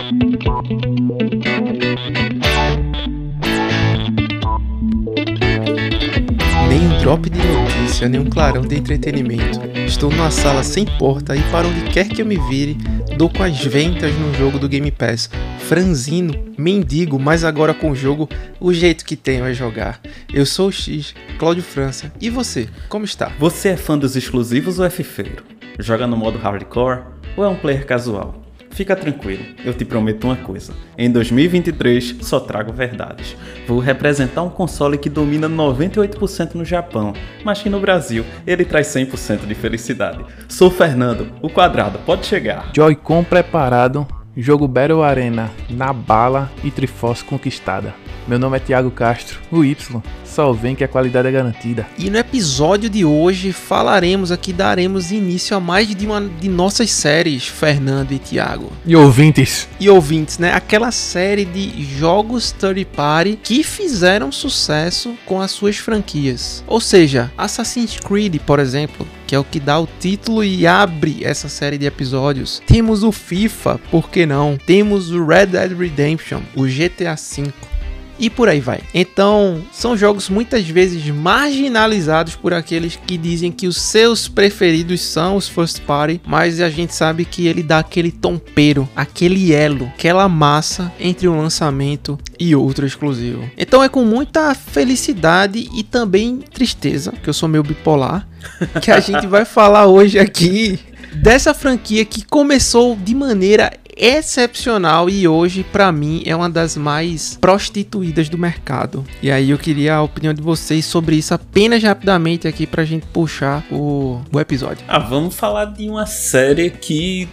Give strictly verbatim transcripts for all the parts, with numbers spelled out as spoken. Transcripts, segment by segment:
Nem um drop de notícia, nem um clarão de entretenimento. Estou numa sala sem porta e para onde quer que eu me vire, dou com as ventas no jogo do Game Pass. Franzino, mendigo, mas agora com o jogo, o jeito que tenho é jogar. Eu sou o X, Cláudio França. E você, como está? Você é fã dos exclusivos ou é fifeiro? Joga no modo hardcore ou é um player casual? Fica tranquilo, eu te prometo uma coisa. Em dois mil e vinte e três, só trago verdades. Vou representar um console que domina noventa e oito por cento no Japão, mas que no Brasil, ele traz cem por cento de felicidade. Sou Fernando, o Quadrado, pode chegar. Joy-Con preparado, jogo Battle Arena na bala e Triforce conquistada. Meu nome é Thiago Castro, o Y, só vem que a qualidade é garantida. E no episódio de hoje falaremos aqui, daremos início a mais de uma de nossas séries, Fernando e Thiago. E ouvintes. E ouvintes, né? Aquela série de jogos third party que fizeram sucesso com as suas franquias. Ou seja, Assassin's Creed, por exemplo, que é o que dá o título e abre essa série de episódios. Temos o FIFA, por que não? Temos o Red Dead Redemption, o G T A cinco. E por aí vai. Então, são jogos muitas vezes marginalizados por aqueles que dizem que os seus preferidos são os first party, mas a gente sabe que ele dá aquele tompeiro, aquele elo, aquela massa entre um lançamento e outro exclusivo. Então é com muita felicidade e também tristeza, que eu sou meio bipolar, que a gente vai falar hoje aqui dessa franquia que começou de maneira excepcional e hoje pra mim é uma das mais prostituídas do mercado. E aí eu queria a opinião de vocês sobre isso apenas rapidamente aqui pra gente puxar o, o episódio. Ah, vamos falar de uma série que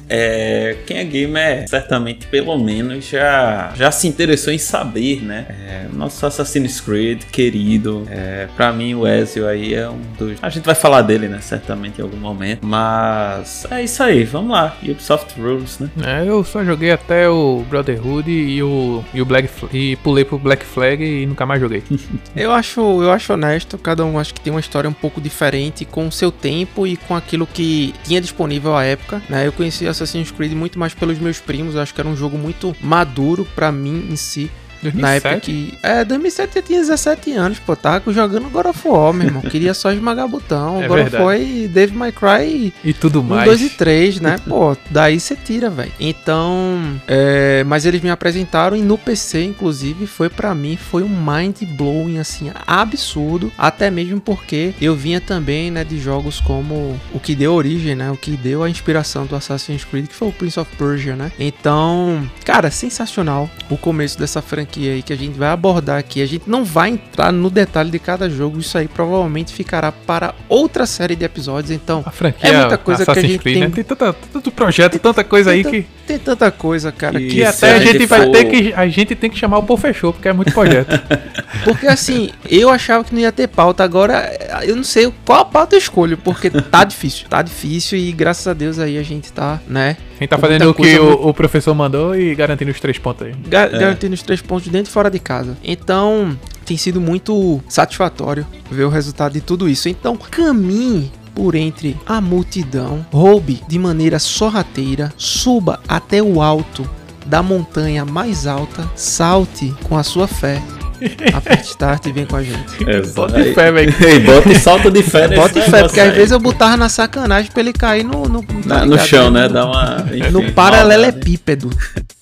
É, quem é gamer certamente pelo menos já, já se interessou em saber, né? É, nosso Assassin's Creed querido, é, pra mim o Ezio aí é um dos... A gente vai falar dele, né? Certamente em algum momento, mas é isso aí, vamos lá, Ubisoft Rules, né? É, eu só joguei até o Brotherhood e o, e o Black Flag, e pulei pro Black Flag e nunca mais joguei. eu, acho, eu acho honesto, cada um acho que tem uma história um pouco diferente com o seu tempo e com aquilo que tinha disponível à época, né? Eu conheci Assassin's Creed muito mais pelos meus primos, eu acho que era um jogo muito maduro pra mim em si. dois mil e sete? Na época que... É, dois mil e sete eu tinha dezessete anos, pô, tava jogando God of War, meu irmão. Queria só esmagar botão. É God verdade. of War e Devil May Cry e tudo mais. um, dois e três, né? Pô, daí você tira, velho. Então, é... mas eles me apresentaram e no P C, inclusive, foi pra mim, foi um mind-blowing, assim, absurdo. Até mesmo porque eu vinha também, né, de jogos como o que deu origem, né? O que deu a inspiração do Assassin's Creed, que foi o Prince of Persia, né? Então, cara, sensacional o começo dessa franquia aí que a gente vai abordar aqui. A gente não vai entrar no detalhe de cada jogo, isso aí provavelmente ficará para outra série de episódios, então a franquia é muita coisa Assassin's que a gente Creed, tem... Né? Tem tanta, tanto projeto, tanta coisa tem aí ta... que... Tem tanta coisa, cara, e que E até a a gente, gente vai for... ter que... A gente tem que chamar o Pô Fechou, porque é muito projeto. Porque assim, eu achava que não ia ter pauta, agora eu não sei qual a pauta eu escolho, porque tá difícil, tá difícil e graças a Deus aí a gente tá, né? A gente tá com fazendo o muita que coisa, o, o professor mandou e garantindo os três pontos aí. Ga- É. Garantindo os três pontos dentro e fora de casa. Então, tem sido muito satisfatório ver o resultado de tudo isso. Então, caminhe por entre a multidão, roube de maneira sorrateira, suba até o alto da montanha mais alta, salte com a sua fé. Aperte start e vem com a gente. Bota de fé, velho. Ei, bota o salto de fé nesse Bota fé, negócio porque às aí. vezes eu botava na sacanagem pra ele cair no... No, tá Na- no ligado, chão, né? Dá uma... enfim, No paralelepípedo.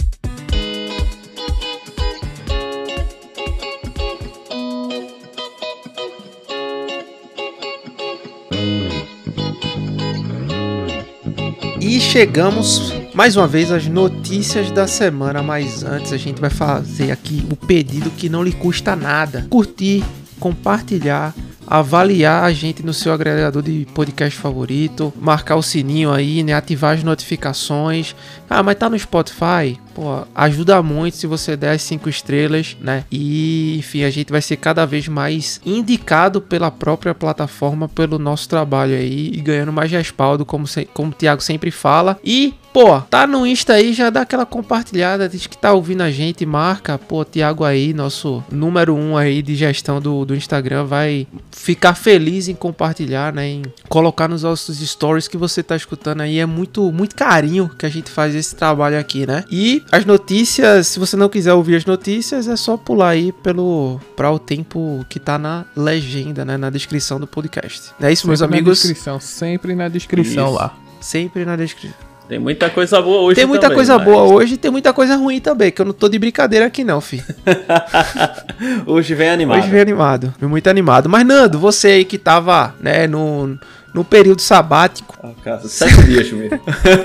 E chegamos mais uma vez às notícias da semana, mas antes a gente vai fazer aqui o pedido que não lhe custa nada. Curtir, compartilhar, avaliar a gente no seu agregador de podcast favorito, marcar o sininho aí, né, ativar as notificações. Ah, mas tá no Spotify? Pô, ajuda muito se você der as cinco estrelas, né? E, enfim, a gente vai ser cada vez mais indicado pela própria plataforma pelo nosso trabalho aí e ganhando mais respaldo, como, se, como o Thiago sempre fala. E, pô, tá no Insta aí, já dá aquela compartilhada, diz que tá ouvindo a gente, marca, pô, Thiago aí, nosso número um aí de gestão do, do Instagram, vai ficar feliz em compartilhar, né? Em colocar nos nossos stories que você tá escutando aí. É muito, muito carinho que a gente faz esse trabalho aqui, né? E As notícias, se você não quiser ouvir as notícias, é só pular aí pelo para o tempo que tá na legenda, né, na descrição do podcast. É isso, sempre meus amigos. Na descrição, sempre na descrição Isso. lá. Sempre na descrição. Tem muita coisa boa hoje Tem muita também, coisa mas... boa hoje e tem muita coisa ruim também, que eu não tô de brincadeira aqui não, fi. Hoje vem animado. Hoje vem animado, vem muito animado. Mas Nando, você aí que tava, né, no, no período sabático. Ah, cara, sete dias mesmo.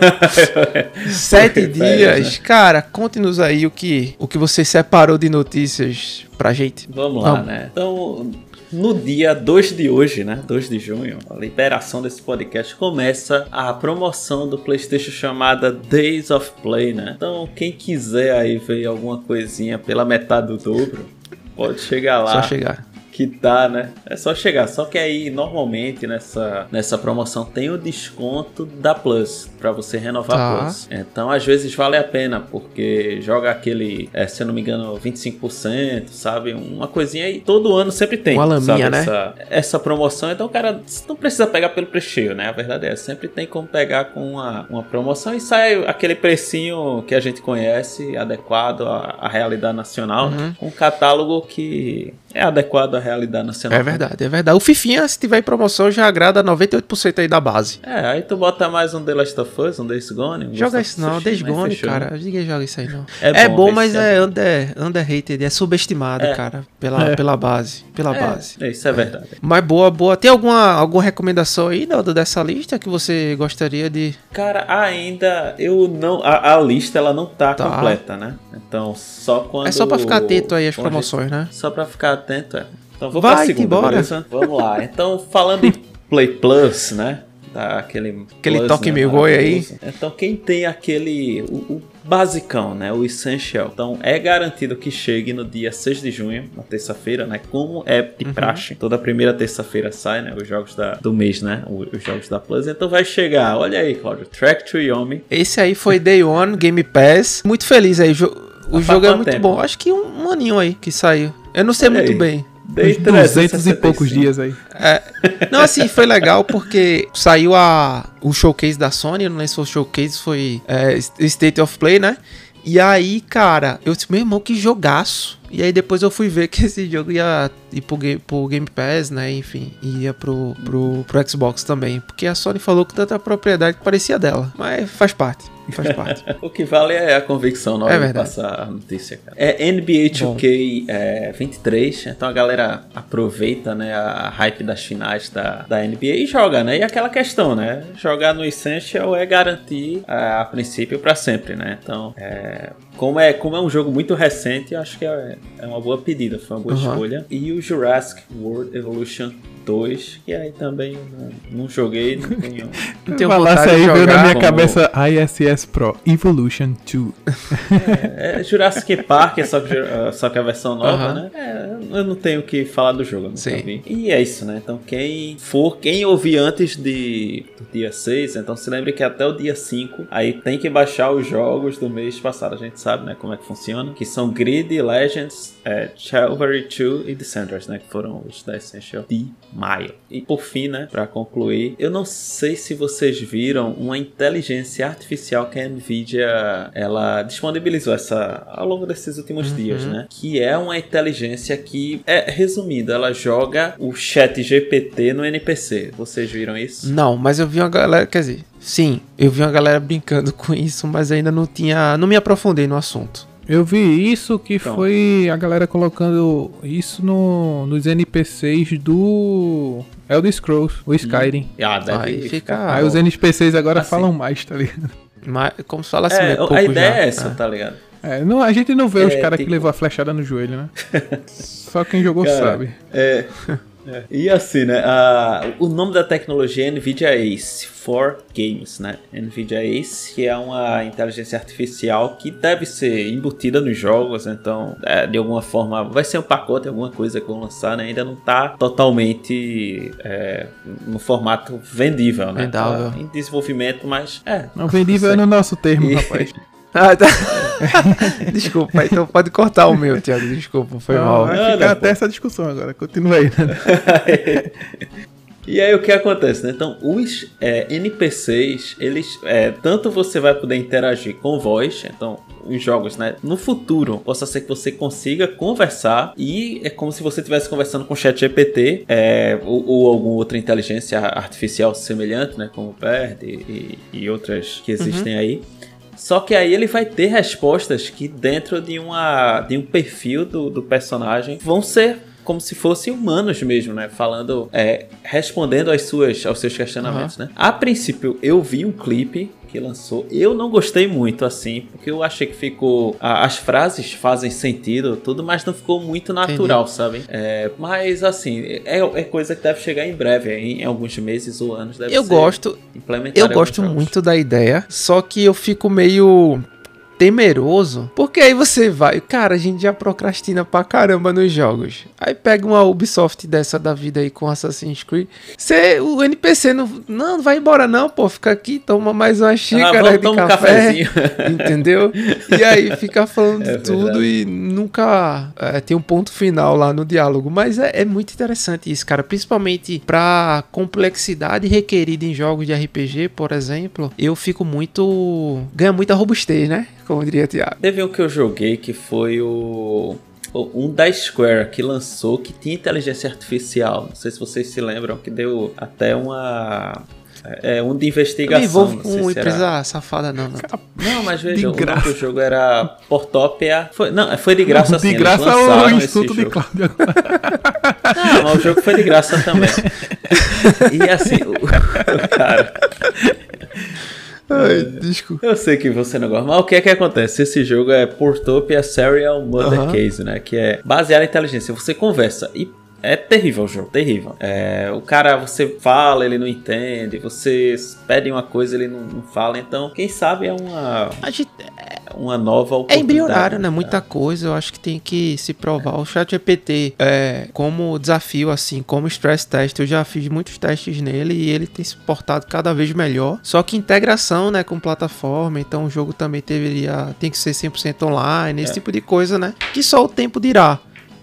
Sete Foi dias. férias, né? Cara, conte-nos aí o que, o que você separou de notícias pra gente. Vamos lá, Vamos. né? Então, no dia dois de hoje, né? dois de junho, a liberação desse podcast, começa a promoção do PlayStation chamada Days of Play, né? Então, quem quiser aí ver alguma coisinha pela metade do dobro, pode chegar lá. Só chegar. Que tá, né? É só chegar. Só que aí, normalmente, nessa, nessa promoção tem o desconto da Plus, pra você renovar Tá. a Plus. Então, às vezes, vale a pena, porque joga aquele, é, se eu não me engano, vinte e cinco por cento, sabe? Uma coisinha aí. Todo ano sempre tem, Uma laminha, sabe? né? Essa, essa promoção. Então, o cara não precisa pegar pelo preço cheio, né? A verdade é, sempre tem como pegar com uma, uma promoção e sai aquele precinho que a gente conhece, adequado à, à realidade nacional, Uhum. com um catálogo que é adequado à realidade nacional. É verdade, é verdade. O Fifinha, se tiver em promoção, já agrada noventa e oito por cento aí da base. É, aí tu bota mais um The Last of Us, um Days Gone. Um Joga Ghost isso of não, Days Tsushima, Gone, fechou. cara. Ninguém joga isso aí não. É É bom, bom, mas esse é é under, underrated, é subestimado, É. cara, pela, É. pela base. Pela É, base. é, isso é verdade. Mas boa, boa. Tem alguma, alguma recomendação aí, Naldo, dessa lista que você gostaria de... Cara, ainda eu não. A, a lista ela não tá, Tá. completa, né? Então, só quando. É só pra ficar atento aí às quando a promoções, né? gente- Só pra ficar atento, é. Então vou Vai, pra segunda, que bora. beleza? Vamos lá. Então, falando em Play Plus, né? Tá, aquele Aquele plus, toque né, meio goi aí. maravilhoso. Então, quem tem aquele. O, o basicão, né? O essential. Então, é garantido que chegue no dia seis de junho, na terça-feira, né? Como é de Uhum. praxe. Toda primeira terça-feira sai, né? Os jogos da, do mês, né? Os, os jogos da Plus. Então, vai chegar. Olha aí, Claudio. Track to Yomi. Esse aí foi Day One, Game Pass. Muito feliz aí. jo- O Há jogo é quanto muito tempo? bom. Acho que um, um aninho aí que saiu. Eu não sei Olha muito aí. bem. Dei duzentos e poucos dias aí. É, não, assim, foi legal porque saiu a, o showcase da Sony, eu não lembro se foi o showcase, foi é, State of Play, né? E aí, cara, eu disse, meu irmão, que jogaço. E aí depois eu fui ver que esse jogo ia ir pro Game, pro Game Pass, né? Enfim, ia pro, pro, pro Xbox também. Porque a Sony falou com tanta propriedade que parecia dela. Mas faz parte, faz parte. O que vale é a convicção na hora É de verdade. passar a notícia, cara. É N B A Bom. dois K é, vinte e três, então a galera aproveita, né, a hype das finais da, da N B A e joga, né? E aquela questão, né? Jogar no Essential é garantir a, a princípio pra sempre, né? Então, é, como, é, como é um jogo muito recente, eu acho que é, é uma boa pedida, foi uma boa Uhum. escolha. E o Jurassic World Evolution dois, que aí também não, não joguei, não tenho... Não tenho Falasse vontade aí, de veio na jogar. minha como- cabeça I S S Pro Evolution dois. É, é Jurassic Park, é só que, uh, só que a versão nova, Aham. né? É, eu não tenho o que falar do jogo, eu nunca Sim. vi. E é isso, né? Então quem for, quem ouvir antes de, do dia seis, então se lembre que até o dia cinco, aí tem que baixar os jogos do mês passado. A gente sabe, né, como é que funciona. Que são Grid, Legends, é, Chivalry dois e Descenders, né? Que foram os da Essential de maio. E por fim, né, pra concluir, eu não sei se vocês viram uma inteligência artificial que a Nvidia ela disponibilizou essa, ao longo desses últimos Uhum. dias, né? Que é uma inteligência que, é resumindo, ela joga o chat G P T no N P C. Vocês viram isso? Não, mas eu vi uma galera, quer dizer, sim, eu vi uma galera brincando com isso, mas ainda não tinha, não me aprofundei no assunto. Eu vi isso que Então. foi a galera colocando isso no, nos N P Cs do Elder Scrolls, o Skyrim. Ah, deve Aí fica- Aí os N P Cs agora Assim. falam mais, tá ligado? Mas, como se fala assim, É, é pouco a ideia já. é essa, Ah. tá ligado? É, não, a gente não vê É, os caras tipo- que levou a flechada no joelho, né? Só quem jogou Cara, sabe. É, é. E assim, né? A, o nome da tecnologia é NVIDIA Ace for Games, né? NVIDIA Ace, que é uma inteligência artificial que deve ser embutida nos jogos, então, é, de alguma forma, vai ser um pacote, alguma coisa que vão lançar, né? Ainda não tá totalmente é, no formato vendível, né? Vendável. Tá em desenvolvimento, mas é. Não vendível é no nosso termo, E- rapaz. Ah, tá. Desculpa, então pode cortar o meu, Thiago. Desculpa, foi Não, mal. vai Nada, ficar pô. até essa discussão agora. Continua aí, né? E aí o que acontece, né? Então, os é, N P Cs, eles, é, tanto você vai poder interagir com voz, então, os jogos, né? No futuro, possa ser que você consiga conversar e é como se você estivesse conversando com o ChatGPT é, ou, ou alguma outra inteligência artificial semelhante, né? Como o Bard e, e outras que existem uhum. aí. Só que aí ele vai ter respostas que dentro de, uma, de um perfil do, do personagem vão ser como se fossem humanos mesmo, né? Falando, é, respondendo às suas, aos seus questionamentos, uhum. né? A princípio, eu vi um clipe que lançou. Eu não gostei muito, assim, porque eu achei que ficou... A, as frases fazem sentido, tudo, mas não ficou muito natural, entendi. Sabe? É, mas, assim, é, é coisa que deve chegar em breve, em, em alguns meses ou anos deve eu ser gosto, eu gosto muito da ideia, só que eu fico meio... temeroso, porque aí você vai, cara, a gente já procrastina pra caramba nos jogos, aí pega uma Ubisoft dessa da vida aí com Assassin's Creed, você, o N P C não, não vai embora não, pô, fica aqui, toma mais uma xícara ah, de café, um cafezinho. Entendeu? E aí fica falando é de tudo verdade. E nunca é, tem um ponto final lá no diálogo, mas é, é muito interessante isso, cara, principalmente pra complexidade requerida em jogos de R P G, por exemplo, eu fico muito, ganha muita robustez, né? Como diria Thiago. Teve um que eu joguei que foi o... um da Square que lançou que tinha inteligência artificial. Não sei se vocês se lembram, que deu até uma... É um de investigação. Eu me envolvo com empresa era... safada, não, não. Não, mas veja, o nome do jogo era Portopia. Foi, não, foi de graça assim. De graça o insulto de Cláudio. Não, mas o jogo foi de graça também. E assim, o, o cara... Ai, desculpa. Eu sei que você não gosta, mas o que é que acontece? Esse jogo é Portopia Serial Murder uh-huh. Case, né? Que é baseado em inteligência. Você conversa e é terrível o jogo, terrível. É, o cara, você fala, ele não entende. Você pede uma coisa, ele não, não fala. Então, quem sabe é uma, a gente, uma nova oportunidade. É embrionário, né? Muita coisa. Eu acho que tem que se provar. É. O ChatGPT, é, como desafio, assim, como stress test, eu já fiz muitos testes nele e ele tem se portado cada vez melhor. Só que integração, né, com plataforma. Então, o jogo também deveria, tem que ser cem por cento online, esse é. tipo de coisa, né? Que só o tempo dirá.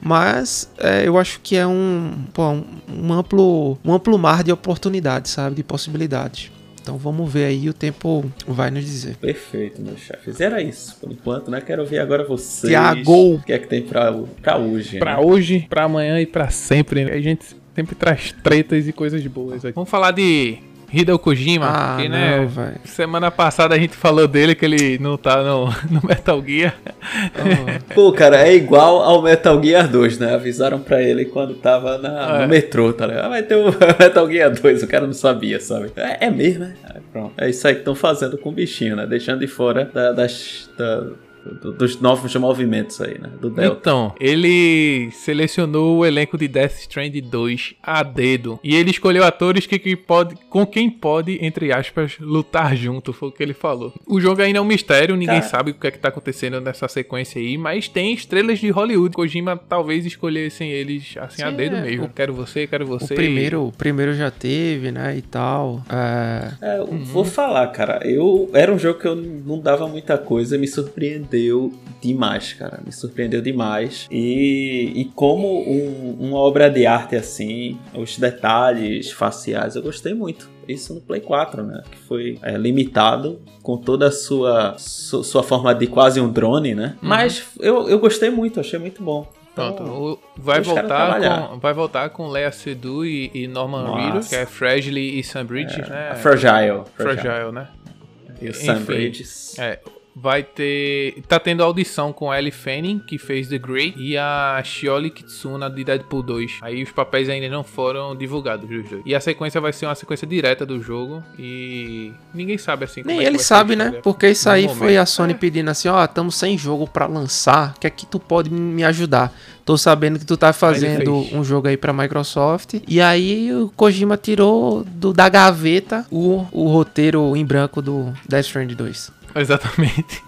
Mas é, eu acho que é um, pô, um, um, amplo, um amplo mar de oportunidades, sabe? De possibilidades. Então vamos ver aí, o tempo vai nos dizer. Perfeito, meus chefes. Era isso, por enquanto, né? Quero ver agora vocês. Thiago! O que é que tem pra, pra hoje? Pra né? hoje, pra amanhã e pra sempre. A gente sempre traz tretas e coisas boas aqui. Vamos falar de... Hideo Kojima, ah, que, não, né, véio. Semana passada a gente falou dele que ele não tá no, no Metal Gear. Oh. Pô, cara, é igual ao Metal Gear dois, né? Avisaram pra ele quando tava na, é. no metrô, tá ligado? Ah, vai ter o Metal Gear dois, o cara não sabia, sabe? É, é mesmo, né? É, pronto. É isso aí que estão fazendo com o bichinho, né? Deixando de fora da, das... Da... dos novos movimentos aí, né? Do Delta. Então, ele selecionou o elenco de Death Stranding dois a dedo. E ele escolheu atores que, que pode, com quem pode, entre aspas, lutar junto. Foi o que ele falou. O jogo ainda é um mistério, ninguém Cara. sabe o que é que tá acontecendo nessa sequência aí, mas tem estrelas de Hollywood. Kojima talvez escolhessem eles assim Sim, a dedo é. mesmo. O, quero você, quero você. O primeiro, o primeiro já teve, né? E tal. É... É, uhum. Vou falar, cara. Eu, era um jogo que eu não dava muita coisa, me surpreendeu demais, cara. Me surpreendeu demais. E, e como um, uma obra de arte assim, os detalhes faciais, eu gostei muito. Isso no Play quatro, né? Que foi é, limitado com toda a sua, su, sua forma de quase um drone, né? Uhum. Mas eu, eu gostei muito, achei muito bom. Pronto, vai voltar, com, vai voltar com Léa Seydoux e, e Norman Reedus, que é Fragile e Sam Bridges, é, né? Fragile. Fragile, Fragile né? E o Sam Bridges. É, vai ter... Tá tendo audição com a Ellie Fanning, que fez The Grey, e a Shioli Kitsuna de Deadpool dois. Aí os papéis ainda não foram divulgados dos dois. E a sequência vai ser uma sequência direta do jogo e ninguém sabe assim como Nem é ele sabe, né? Porque isso aí foi a Sony é. pedindo assim, ó, estamos sem jogo pra lançar, que aqui tu pode me ajudar. Tô sabendo que tu tá fazendo um jogo aí pra Microsoft. E aí o Kojima tirou do, da gaveta o, o roteiro em branco do Death Stranding dois. Exatamente.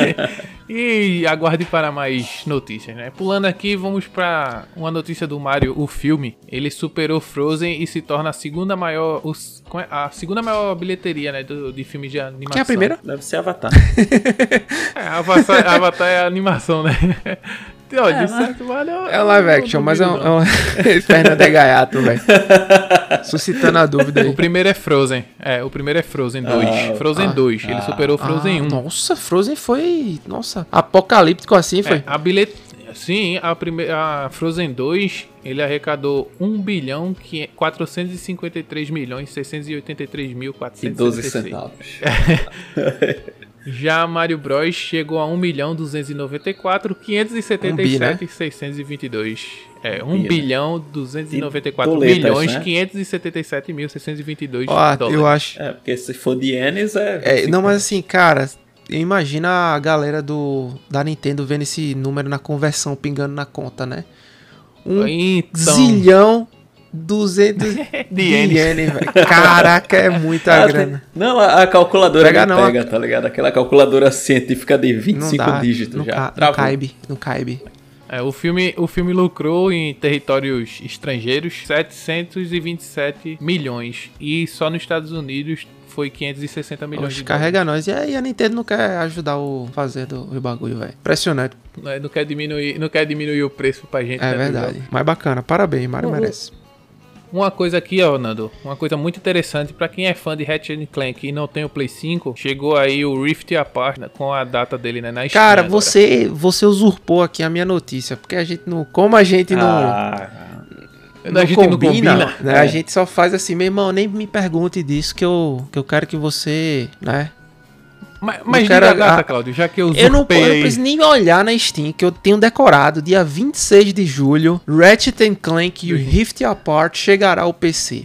E aguarde para mais notícias, né? Pulando aqui, vamos para uma notícia do Mario, o filme. Ele superou Frozen e se torna a segunda maior, os, a segunda maior bilheteria, né, do, de filmes de animação. Que é a primeira? Deve ser Avatar. É, Avatar, Avatar é a animação, né? Olha, é, de certo, vale, é um live action, mas é um, é um... Fernando é gaiato, velho. Suscitando a dúvida aí. O primeiro é Frozen. É, o primeiro é Frozen dois. Ah, Frozen ah, dois. Ele ah, superou Frozen Ah, um. Nossa, Frozen foi... Nossa, apocalíptico assim foi. É, a bilhet... Sim, a, prime... a Frozen dois, ele arrecadou um bilhão quatrocentos e cinquenta e três milhões seiscentos e oitenta e três mil E quatrocentos e doze sessenta e seis. centavos. Já Mario Bros chegou a um milhão duzentos e noventa e quatro mil quinhentos e setenta e sete mil seiscentos e vinte e dois. É, um Bi, né? bilhão duzentos e noventa e quatro doletas, milhões né? quinhentos e setenta e sete mil seiscentos e vinte e dois Ó, dólares. eu acho... É, porque se for de ienes é... É, não, mas assim, cara, imagina a galera do, da Nintendo vendo esse número na conversão pingando na conta, né? Um Então, zilhão duzentos de ienes. ienes, velho. Caraca, é muita Ah, grana. tem- Não, a, a calculadora Pega não não, pega, tá ligado? Aquela calculadora científica de vinte e Não cinco dá, dígitos não, já. ca- não Travou. caibe, não caibe. é, o, filme, o filme lucrou em territórios estrangeiros setecentos e vinte e sete milhões. E só nos Estados Unidos foi quinhentos e sessenta milhões Oxe, de carrega nós. E aí a Nintendo não quer ajudar o fazer do o bagulho, velho. Impressionante. dólares. Não quer diminuir, não quer diminuir o preço pra gente. É né, do verdade. jogo. Mas bacana, parabéns, Mario Uhum. merece. Uma coisa aqui, ó, Nando, uma coisa muito interessante pra quem é fã de Ratchet and Clank e não tem o Play cinco, chegou aí o Rift Apart, né, com a data dele, né, na Steam Cara, agora. você, você usurpou aqui a minha notícia, porque a gente não, como a gente não, Ah, não a gente não combina, combina. né? É. A gente só faz assim, meu irmão, nem me pergunte disso que eu, que eu quero que você, né? Mas, mas quero diga a data, a- Claudio, já que eu Eu não, usurpei eu não aí. preciso nem olhar na Steam, que eu tenho decorado, dia vinte e seis de julho, Ratchet and Clank e o Rift Apart chegará ao P C.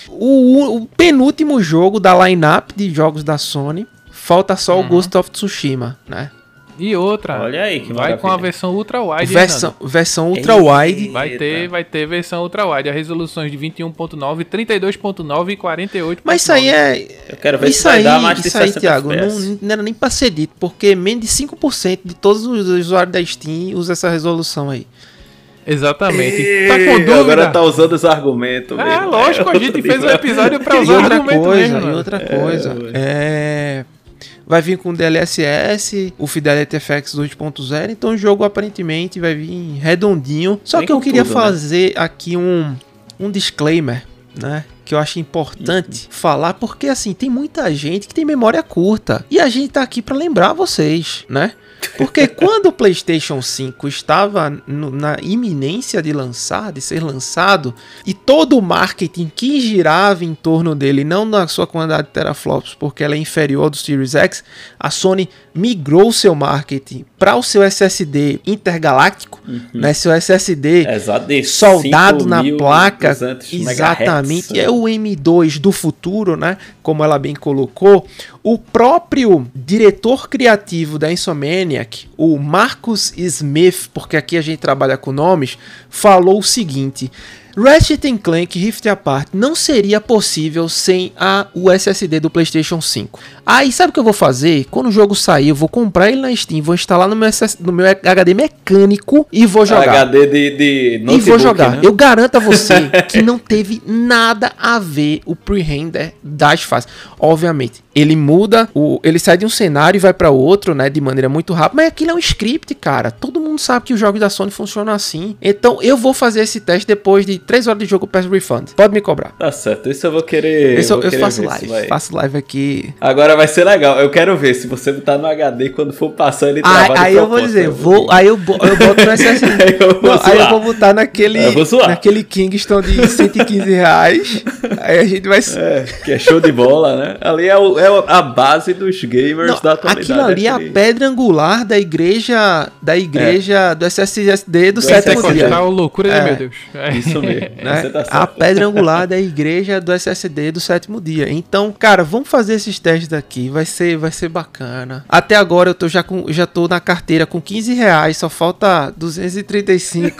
O, o penúltimo jogo da lineup de jogos da Sony, falta só Uhum. o Ghost of Tsushima, né? E outra, Olha aí, que vai com a maravilha. versão Ultra Wide, hein, Versão, Nando? versão Ultra Wide. Vai Eita. ter, vai ter versão Ultra Wide, a resoluções de vinte e um ponto nove, trinta e dois ponto nove e quarenta e oito ponto nove. Mas isso aí é. Eu quero ver isso se vai aí, dar mais de isso aí, sessenta Thiago, F P S. não, não era nem pra ser dito, porque menos de cinco por cento de todos os usuários da Steam usam essa resolução aí. Exatamente. Ei, Tá com dúvida? Agora tá usando os argumentos. É, mesmo. lógico, a É, gente outro fez um nível. episódio pra E usar outra argumento coisa, mesmo. e Nando. outra coisa. ué. É. Vai vir com D L S S, o Fidelity F X dois ponto zero, então o jogo aparentemente vai vir redondinho. Só Vem que eu com queria tudo, né? fazer aqui um, um disclaimer, né? Que eu acho importante falar, porque assim, tem muita gente que tem memória curta. E a gente tá aqui pra lembrar vocês, né? Porque quando o PlayStation cinco estava no- na iminência de lançar, de ser lançado, e todo o marketing que girava em torno dele, não na sua quantidade de teraflops, porque ela é inferior ao do Series X, a Sony migrou seu marketing para o seu S S D intergaláctico, né? Seu S S D Exato, de soldado na cinco mil e placa, duzentos exatamente, megahertz. é o M dois do futuro, né? Como ela bem colocou. O próprio diretor criativo da Insomniac, o Marcus Smith, porque aqui a gente trabalha com nomes, falou o seguinte: Ratchet and Clank Rift Apart não seria possível sem a, o S S D do PlayStation cinco. Aí sabe o que eu vou fazer? Quando o jogo sair, eu vou comprar ele na Steam, vou instalar no meu, S S, no meu H D mecânico e vou jogar. H D de, de E notebook, vou jogar. né? Eu garanto a você que não teve nada a ver o pre-render das fases. Obviamente, ele muda, o, ele sai de um cenário e vai para outro, né, de maneira muito rápida. Mas aquilo é um script, cara. Todo mundo sabe que os jogos da Sony funcionam assim. Então, eu vou fazer esse teste depois de três horas de jogo, eu peço refund. Pode me cobrar. Tá certo, isso eu vou querer. Esse eu, vou eu querer faço ver se live. vai- Faço live aqui. Agora vai ser legal. Eu quero ver se você botar no H D quando for passar ele Aí, trabalha. aí eu vou dizer, vou, aí eu, bo- eu boto no S S D. Aí eu vou Não, aí eu zoar. vou botar naquele, Eu vou zoar. naquele Kingston de cento e quinze reais. Aí a gente vai. É, que é show de bola, né? Ali é, o- é a base dos gamers Não, da atualidade. aquilo ali é a aquele- pedra angular da igreja da igreja do S S D do, Do sétimo S S D. dia. Tá o loucura de É. meu Deus. É. Isso mesmo. Né? Você tá A certo. pedra angular da igreja do S S D do sétimo dia. Então, cara, vamos fazer esses testes aqui. Vai ser, vai ser bacana. Até agora eu tô já, com, já tô na carteira com quinze reais. Só falta duzentos e trinta e cinco.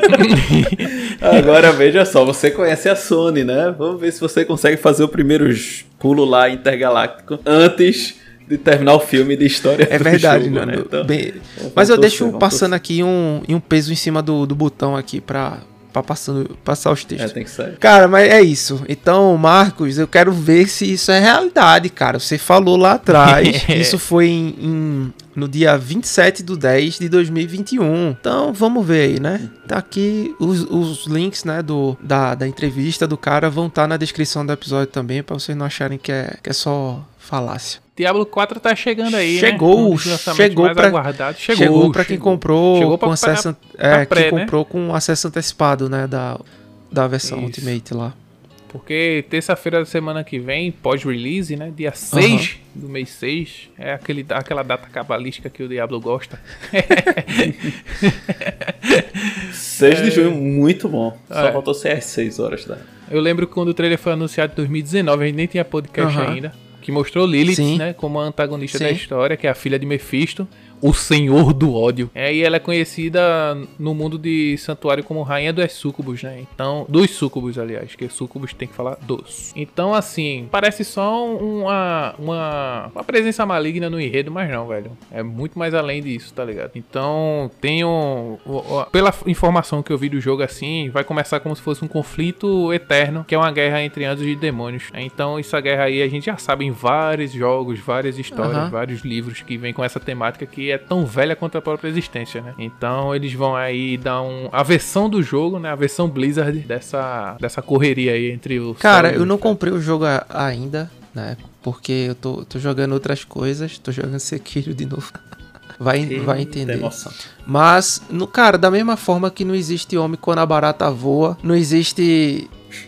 Agora veja só, você conhece a Sony, né? Vamos ver se você consegue fazer o primeiro j- pulo lá intergaláctico antes de terminar o filme de história É do verdade, jogo, mano. né? Então, Bem- vamos mas eu torcer, deixo vamos passando aqui um, e um peso em cima do, do botão aqui pra, pra passando, passar os textos. É, tem que sair. Cara, mas é isso. Então, Marcos, eu quero ver se isso é realidade, cara. Você falou lá atrás. Isso foi em, em, no dia vinte e sete de dez de dois mil e vinte e um. Então, vamos ver aí, né? Tá aqui os, os links, né, do, da, da entrevista do cara vão estar na descrição do episódio também, pra vocês não acharem que é, que é só falácia. Diablo quatro tá chegando aí, chegou, né? Um chegou mais pra, aguardado. Chegou, chegou pra quem chegou. comprou chegou com pra, acesso, pra, é, pra pré, quem né? comprou com acesso antecipado, né, da, da versão Isso. Ultimate lá. Porque terça-feira da semana que vem, pós-release, né? Dia seis uhum. do mês seis. É aquele, aquela data cabalística que o Diablo gosta. seis de junho, muito bom. Só é. faltou ser às seis horas da... Eu lembro que quando o trailer foi anunciado em dois mil e dezenove, a gente nem tinha podcast uhum. ainda. Que mostrou Lilith, Sim. né? Como a antagonista Sim. da história, que é a filha de Mephisto. O Senhor do Ódio. É, e ela é conhecida no mundo de Santuário como Rainha dos Súcubos, né? Então, dos Súcubos, aliás, que Súcubos tem que falar dos. Então, assim, parece só uma, uma, uma presença maligna no enredo, mas não, velho. É muito mais além disso, tá ligado? Então, tenho... Pela informação que eu vi do jogo, assim, vai começar como se fosse um conflito eterno, que é uma guerra entre anjos e demônios. Então, essa guerra aí a gente já sabe em vários jogos, várias histórias, uhum. vários livros que vem com essa temática que é tão velha quanto a própria existência, né? Então eles vão aí dar um, a versão do jogo, né? A versão Blizzard dessa, dessa correria aí entre os... Cara, eu não comprei o jogo ainda, né? Porque eu tô, tô jogando outras coisas, tô jogando Sekiro de novo. Vai, vai entender. Mas, no, cara, da mesma forma que não existe homem quando a barata voa, não existe...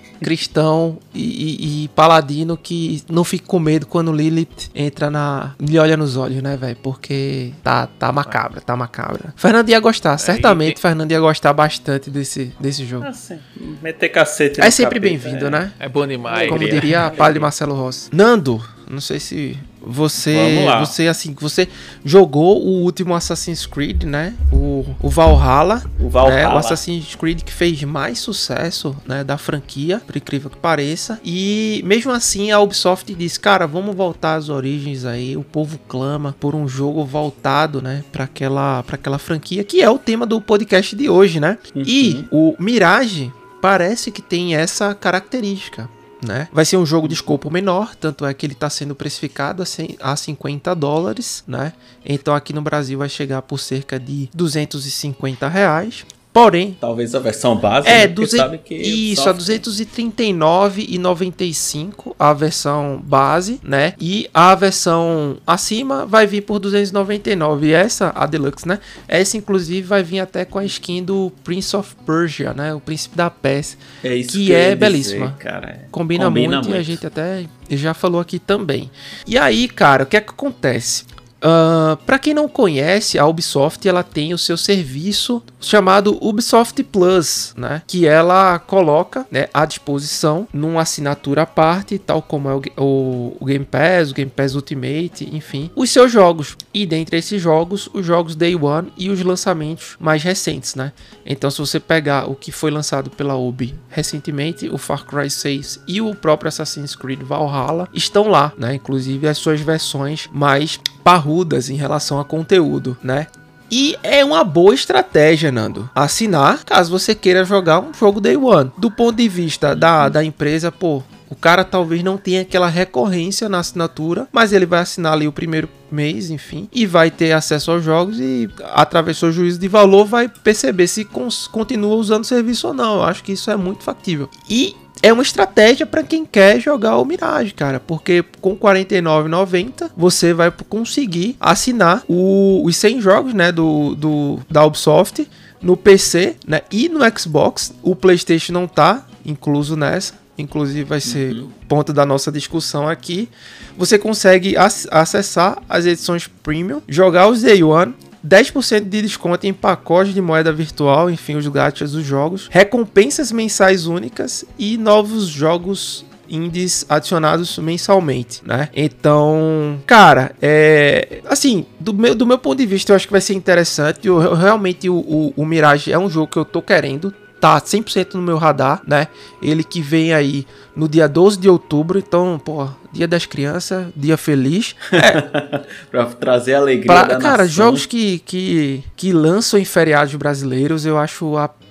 cristão e, e, e paladino que não fica com medo quando Lilith entra na... lhe olha nos olhos, né, velho? Porque tá, tá macabra, tá macabra. Fernando ia gostar, certamente. É, e... Fernando ia gostar bastante desse, desse jogo. Ah, sim. Meter cacete é sempre bem-vindo, é... né? É bom demais. Como diria Padre Marcelo Rossi. Nando, não sei se... Você, você assim, você jogou o último Assassin's Creed, né? O, o Valhalla, o Valhalla, né? O Assassin's Creed que fez mais sucesso, né? Da franquia, por incrível que pareça. E mesmo assim a Ubisoft disse, cara, vamos voltar às origens aí. O povo clama por um jogo voltado, né? Para aquela, para aquela franquia que é o tema do podcast de hoje, né? Uhum. E o Mirage parece que tem essa característica. Né? Vai ser um jogo de escopo menor, tanto é que ele está sendo precificado a cinquenta dólares, né? Então aqui no Brasil vai chegar por cerca de duzentos e cinquenta reais. Porém, talvez a versão base, é, né? duzentos, sabe que isso, a duzentos e trinta e nove reais e noventa e cinco centavos a versão base, né? E a versão acima vai vir por duzentos e noventa e nove reais. E essa, a Deluxe, né? Essa, inclusive, vai vir até com a skin do Prince of Persia, né? O Príncipe da Pérsia. É isso que, que é dizer, belíssima. Cara. Combina, Combina muito, muito e a gente até já falou aqui também. E aí, cara, o que é que acontece? Uh, para quem não conhece, a Ubisoft ela tem o seu serviço chamado Ubisoft Plus, né? Que ela coloca, né, à disposição numa assinatura à parte, tal como é o, o, o Game Pass, o Game Pass Ultimate, enfim, os seus jogos. E dentre esses jogos, os jogos Day One e os lançamentos mais recentes, né? Então, se você pegar o que foi lançado pela Ubi recentemente, o Far Cry seis e o próprio Assassin's Creed Valhalla estão lá, né? Inclusive as suas versões mais parrudas em relação a conteúdo, né? E é uma boa estratégia, Nando, assinar caso você queira jogar um jogo Day One. Do ponto de vista da, da empresa, pô, o cara talvez não tenha aquela recorrência na assinatura, mas ele vai assinar ali o primeiro mês, enfim, e vai ter acesso aos jogos e, através do seu juízo de valor, vai perceber se cons- continua usando o serviço ou não. Eu acho que isso é muito factível. E é uma estratégia para quem quer jogar o Mirage, cara, porque com quarenta e nove reais e noventa centavos você vai conseguir assinar o, os cem jogos, né, do, do, da Ubisoft no P C, né, e no Xbox. O PlayStation não tá incluso nessa, inclusive vai ser uhum. ponto da nossa discussão aqui. Você consegue ac- acessar as edições Premium, jogar os Day One, dez por cento de desconto em pacotes de moeda virtual, enfim, os gatos dos jogos, recompensas mensais únicas e novos jogos indies adicionados mensalmente, né? Então, cara, é... assim, do meu, do meu ponto de vista, eu acho que vai ser interessante. Eu, eu, realmente, o, o, o Mirage é um jogo que eu tô querendo, tá cem por cento no meu radar, né? Ele que vem aí no dia doze de outubro, então, pô, dia das crianças, dia feliz. É. Pra trazer alegria pra, da cara, nação. jogos que, que, que lançam em feriados brasileiros, eu acho a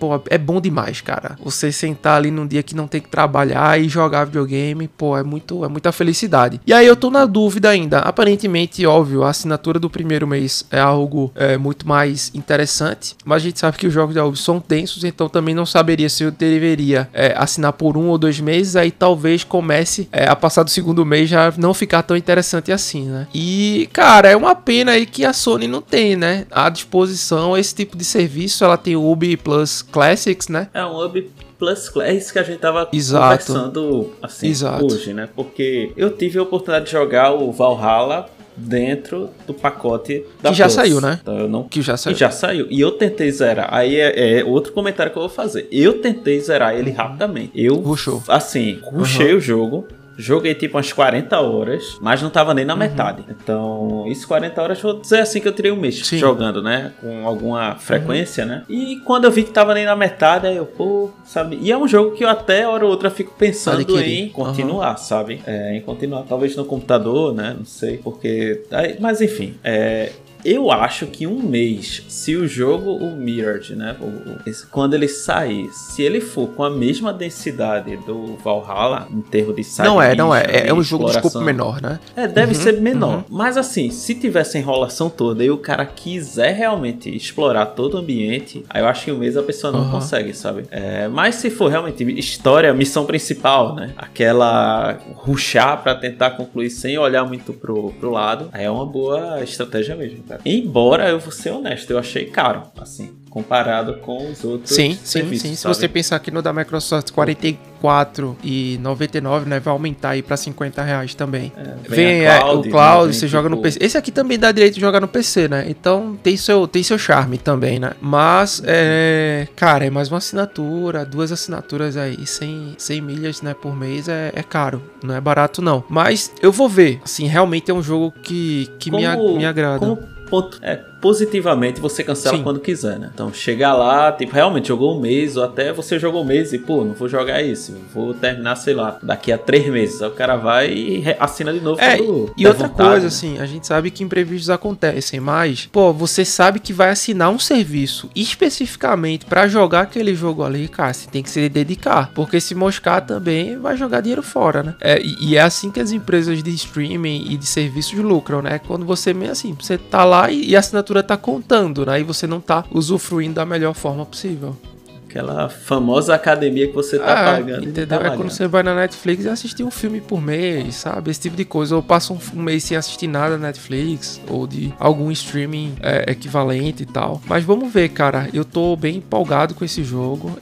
pô, é bom demais, cara. Você sentar ali num dia que não tem que trabalhar e jogar videogame, pô, é muito, é muita felicidade. E aí eu tô na dúvida ainda. Aparentemente, óbvio, a assinatura do primeiro mês é algo é, muito mais interessante, mas a gente sabe que os jogos da Ubisoft são tensos, então também não saberia se eu deveria é, assinar por um ou dois meses, aí talvez comece é, a passar do segundo mês já não ficar tão interessante assim, né? E, cara, é uma pena aí que a Sony não tem, né, à disposição esse tipo de serviço. Ela tem o Ubi Plus Classics, né? É um Ubi Plus Classics, é isso que a gente tava Exato. conversando assim Exato. hoje, né? Porque eu tive a oportunidade de jogar o Valhalla dentro do pacote da Que já Plus. saiu, né? Então eu não... Que já saiu. Que já saiu. E eu tentei zerar. Aí é, é outro comentário que eu vou fazer. Eu tentei zerar ele rapidamente. Eu, Rushou. assim, rushei Uhum. o jogo. Joguei tipo umas quarenta horas, mas não tava nem na Uhum. metade. Então, isso quarenta horas, vou dizer assim que eu tirei um mês Sim. jogando, né? Com alguma frequência, uhum. né? E quando eu vi que tava nem na metade, aí eu, pô, sabe? E é um jogo que eu até hora ou outra fico pensando Adquirir. em continuar, uhum. sabe? É, em continuar. Talvez no computador, né? Não sei, porque... Mas enfim, é... Eu acho que um mês, se o jogo, o Mirage, né, o, o, esse, quando ele sair, se ele for com a mesma densidade do Valhalla, em termos de side Não é, mission, não é. É, é um jogo de exploração, escopo menor, né? É, deve Uhum, ser menor. uhum. Mas assim, se tiver essa enrolação toda e o cara quiser realmente explorar todo o ambiente, aí eu acho que um mês a pessoa não uhum. consegue, sabe? É, mas se for realmente história, missão principal, né? Aquela rushar pra tentar concluir sem olhar muito pro, pro lado, aí é uma boa estratégia mesmo, cara. Embora eu vou ser honesto, eu achei caro, assim, comparado com os outros sim, serviços. Sim, sim. Se sabe? você pensar que no da Microsoft quarenta e quatro reais e noventa e nove centavos, né, vai aumentar aí pra cinquenta reais também. É, vem vem é, Cloud, o Cloud, né, você vem joga tipo... no P C. Esse aqui também dá direito de jogar no P C, né? Então tem seu, tem seu charme também, né? Mas, é, cara, é mais uma assinatura, duas assinaturas aí, cem, cem milhas, né, por mês é, é caro. Não é barato, não. Mas eu vou ver. Assim, realmente é um jogo que, que me, Como- me agrada. como ponto- é, positivamente você cancela Sim. quando quiser, né? Então chegar lá, tipo, realmente jogou um mês, ou até você jogou um mês e, pô, não vou jogar isso, vou terminar, sei lá, daqui a três meses. Aí o cara vai e re- assina de novo. É, quando e der outra vontade, coisa, né? assim, a gente sabe que imprevistos acontecem, mas, pô, você sabe que vai assinar um serviço especificamente pra jogar aquele jogo ali, cara, você tem que se dedicar, porque se moscar também vai jogar dinheiro fora, né? É, e, e é assim que as empresas de streaming e de serviços lucram, né? Quando você, meio assim, você tá lá e, e a assinatura tá contando, né? E você não tá usufruindo da melhor forma possível. Aquela famosa academia que você tá Ah, pagando. e entendeu? tá É quando pagando. você vai na Netflix e assistir um filme por mês, sabe? Esse tipo de coisa. Ou passa um, um mês sem assistir nada na Netflix, ou de algum streaming é, equivalente e tal. Mas vamos ver, cara. Eu tô bem empolgado com esse jogo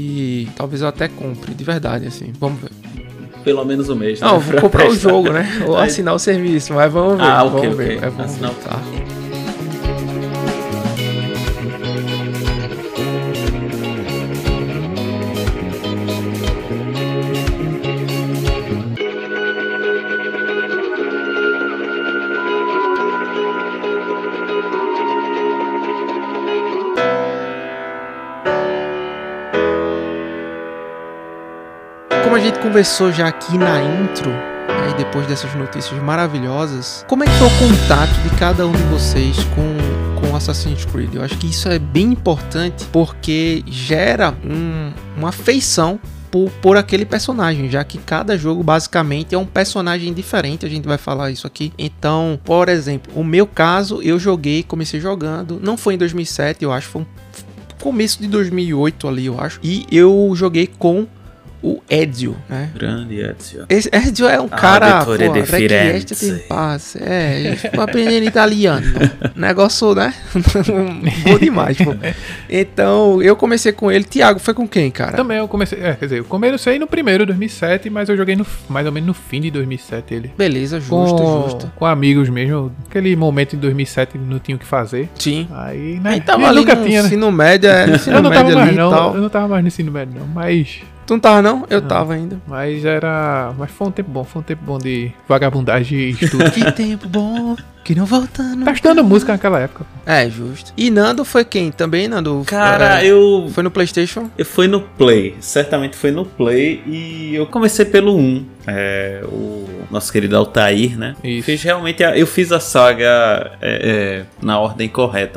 e talvez eu até compre, de verdade, assim. Vamos ver. Pelo menos um mês, né? Não, vou Pra comprar o testar. jogo, né? Ou Aí- assinar o serviço, mas vamos ver. Ah, vamos ok, ver. ok. É, vamos Assinar ver, o- tá? Como a gente conversou já aqui na intro, né, e depois dessas notícias maravilhosas, como é que foi o contato de cada um de vocês com, com Assassin's Creed? Eu acho que isso é bem importante porque gera um, uma afeição por, por aquele personagem, já que cada jogo basicamente é um personagem diferente, a gente vai falar isso aqui. Então, por exemplo, o meu caso, eu joguei, comecei jogando, não foi em dois mil e sete, eu acho, foi um começo de dois mil e oito ali, eu acho, e eu joguei com o Ezio, né? Grande Ezio. Esse Ezio é um cara, pô, Auditore de requieste Firenze. tem passe. É, tipo, aprendendo italiano. Negócio, né? Bom demais, pô. Então, eu comecei com ele. Thiago, foi com quem, cara? Também eu comecei, é, quer dizer, eu comecei no primeiro, dois mil e sete, mas eu joguei no, mais ou menos no fim de dois mil e sete ele. Beleza, justo, com, justo. com amigos mesmo, aquele momento em dois mil e sete não tinha o que fazer. Sim. Aí, né? Aí tava e ali nunca no tinha, né? ensino médio, é, no ensino Eu não tava médio mais ali e não, tal. eu não tava mais no ensino médio não, mas Tu não tava não? Eu Não. tava ainda. mas era, mas foi um tempo bom, foi um tempo bom de vagabundagem e estudo. Que tempo bom, que não volta nunca. Tá estudando música naquela época. É, justo. E Nando foi quem? Também, Nando? Cara, É, eu... Foi no PlayStation? Eu fui no Play, certamente foi no Play, e eu comecei pelo um, é, o nosso querido Altair, né? Isso. Fiz realmente, a, eu fiz a saga é, é, na ordem correta.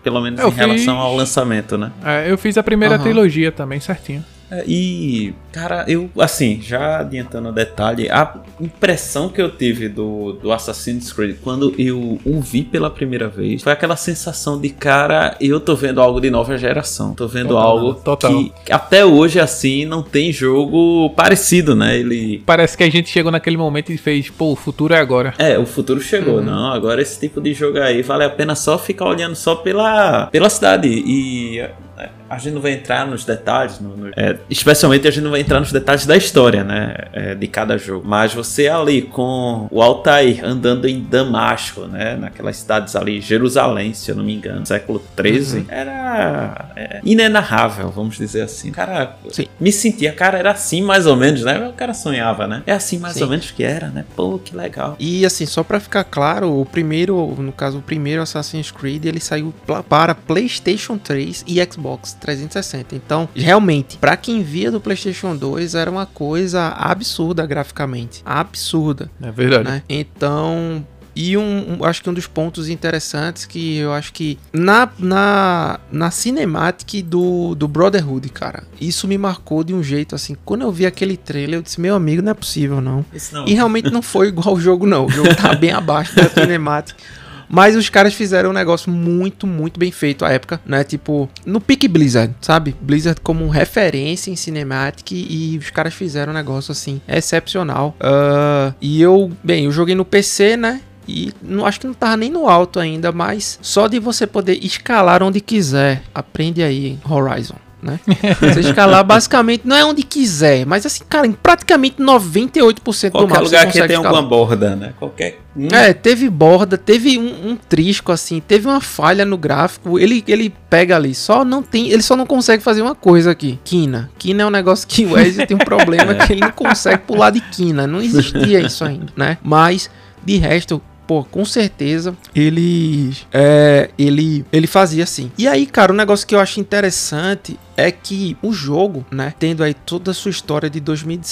pelo menos Eu em relação fiz- ao lançamento, né? É, eu fiz a primeira Aham. trilogia também, certinho. É, E, cara, eu, assim, já adiantando o detalhe, a impressão que eu tive do, do Assassin's Creed quando eu o vi pela primeira vez foi aquela sensação de, cara, eu tô vendo algo de nova geração. Tô vendo Total, algo total. que até hoje, assim, não tem jogo parecido, né? Ele... Parece que a gente chegou naquele momento e fez, pô, o futuro é agora. É, o futuro chegou, Uhum. não. Agora esse tipo de jogo aí vale a pena só ficar olhando só pela, pela cidade. E é, a gente não vai entrar nos detalhes, no- no- é, especialmente a gente não vai entrar nos detalhes da história, né? É, de cada jogo. Mas você ali com o Altair andando em Damasco, né? Naquelas cidades ali, Jerusalém, se eu não me engano, século treze, Uhum. era é, inenarrável, vamos dizer assim. Cara, Sim. me sentia, cara, era assim mais ou menos, né? O cara sonhava, né? É assim mais Sim. ou menos que era, né? Pô, que legal. E assim, só pra ficar claro, o primeiro, no caso, o primeiro Assassin's Creed, ele saiu pla- para PlayStation três e Xbox trezentos e sessenta. Então, realmente, pra quem via do PlayStation dois, era uma coisa absurda graficamente. Absurda, É verdade. né? Então, e um, um- acho que um dos pontos interessantes que eu acho que na, na, na cinematic do, do Brotherhood, cara, isso me marcou de um jeito assim. Quando eu vi aquele trailer, eu disse, meu amigo, não é possível não. Isso não. E realmente não foi igual ao jogo, não. O jogo tá bem abaixo da cinemática. Mas os caras fizeram um negócio muito, muito bem feito à época, né? Tipo, no pique Blizzard, sabe? Blizzard como referência em cinematic e os caras fizeram um negócio, assim, excepcional. Ah, e eu, bem, eu joguei no P C, né? E não, acho que não tava nem no alto ainda, mas só de você poder escalar onde quiser. Aprende aí, Horizon. Né? Você escalar basicamente não é onde quiser, mas assim, cara, em praticamente noventa e oito por cento do Qualquer mapa lugar você que consegue tem escalar. alguma borda, né? Qualquer. Hum, É, teve borda, teve um, um trisco assim, teve uma falha no gráfico. Ele, ele pega ali, só não tem, ele só não consegue fazer uma coisa aqui. Quina. Quina é um negócio que o Ezio tem um problema que ele não consegue pular de quina. Não existia isso ainda, né? Mas de resto, pô, com certeza ele, é, ele, ele fazia assim. E aí, cara, um negócio que eu acho interessante é que o jogo, né, tendo aí toda a sua história de dois mil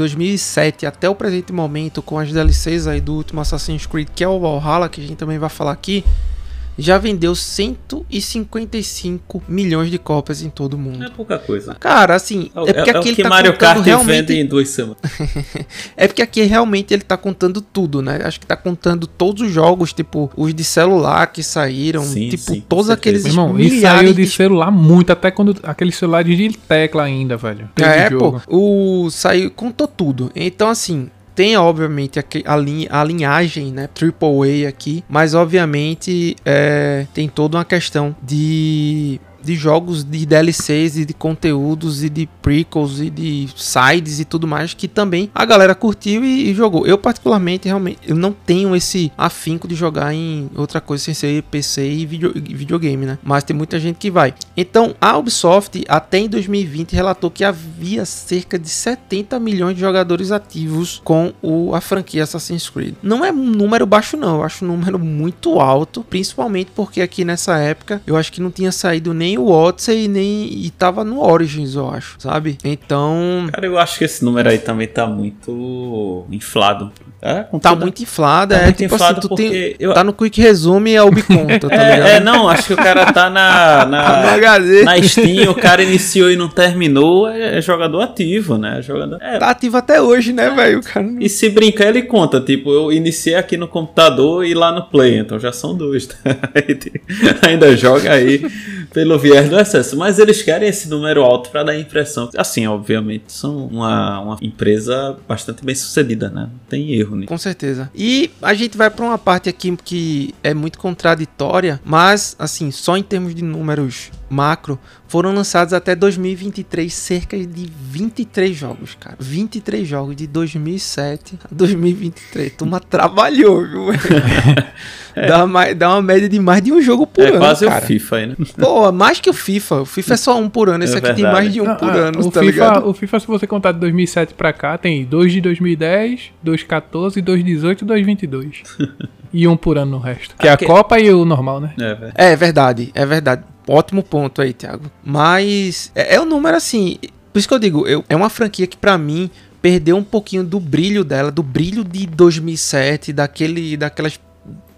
e sete até o presente momento, com as D L Cs aí do último Assassin's Creed, que é o Valhalla, que a gente também vai falar aqui, já vendeu cento e cinquenta e cinco milhões de cópias em todo o mundo. Não é pouca coisa. Cara, assim, é, É, porque é, é aqui o ele que tá Mario contando Kart realmente... vende em duas semanas. É porque aqui realmente ele tá contando tudo, né? Acho que tá contando todos os jogos, tipo, os de celular que saíram, Sim, tipo, sim, com todos certeza. aqueles Meu irmão, e milhares saiu de celular muito, até quando aqueles celulares de tecla ainda, velho. Teve É, jogo. pô, o saiu, contou tudo. Então, assim, tem obviamente a, a, linha, a linhagem, né, Triple A aqui, mas obviamente é, tem toda uma questão de... de jogos de D L Cs e de conteúdos e de prequels e de sides e tudo mais que também a galera curtiu e, e jogou. Eu particularmente, realmente, eu não tenho esse afinco de jogar em outra coisa sem ser P C e video, videogame, né? Mas tem muita gente que vai. Então, a Ubisoft até em dois mil e vinte relatou que havia cerca de setenta milhões de jogadores ativos com o, a franquia Assassin's Creed. Não é um número baixo não, eu acho um número muito alto, principalmente porque aqui nessa época eu acho que não tinha saído nem o Odyssey nem e tava no Origins, eu acho, sabe? Então, Cara, eu acho que esse número aí também tá muito inflado. É, com tá toda- muito inflado, Tá é muito tipo inflado assim, tu porque tem, eu- tá no Quick Resume e a Ubi conta, tá ligado? É, é, não, acho que o cara tá na, Tá no na, H D. na Steam, o cara iniciou e não terminou, é, é jogador ativo, né? Jogador, é, Tá ativo até hoje, né, velho? O cara não- E se brincar, ele conta, tipo, eu iniciei aqui no computador e lá no Play, então já são dois, tá? Ainda joga aí pelo viés do excesso. Mas eles querem esse número alto pra dar a impressão. Assim, obviamente, são uma, uma empresa bastante bem sucedida, né? Não tem erro nisso. Com certeza. E a gente vai pra uma parte aqui que é muito contraditória, mas, assim, só em termos de números macro, foram lançados até dois mil e vinte e três cerca de vinte e três jogos, cara. vinte e três jogos de dois mil e sete a dois mil e vinte e três. Turma trabalhou, viu? É. Dá, mais, dá uma média de mais de um jogo por É ano, quase cara. o FIFA aí, né? Pô, mais que o FIFA. O FIFA é só um por ano. Esse É aqui tem verdade. mais de um Ah, por ah, ano, o tá FIFA, ligado? O FIFA, se você contar de dois mil e sete pra cá, tem dois de dois mil e dez, dois de quatorze, dois de dezoito e dois de vinte e dois. E um por ano no resto. Que é a Aqui- Copa e o normal, né? É, velho. É verdade, é verdade. Ótimo ponto aí, Thiago. Mas é, é um número assim. Por isso que eu digo, eu, é uma franquia que pra mim perdeu um pouquinho do brilho dela, do brilho de dois mil e sete, daquele, daquelas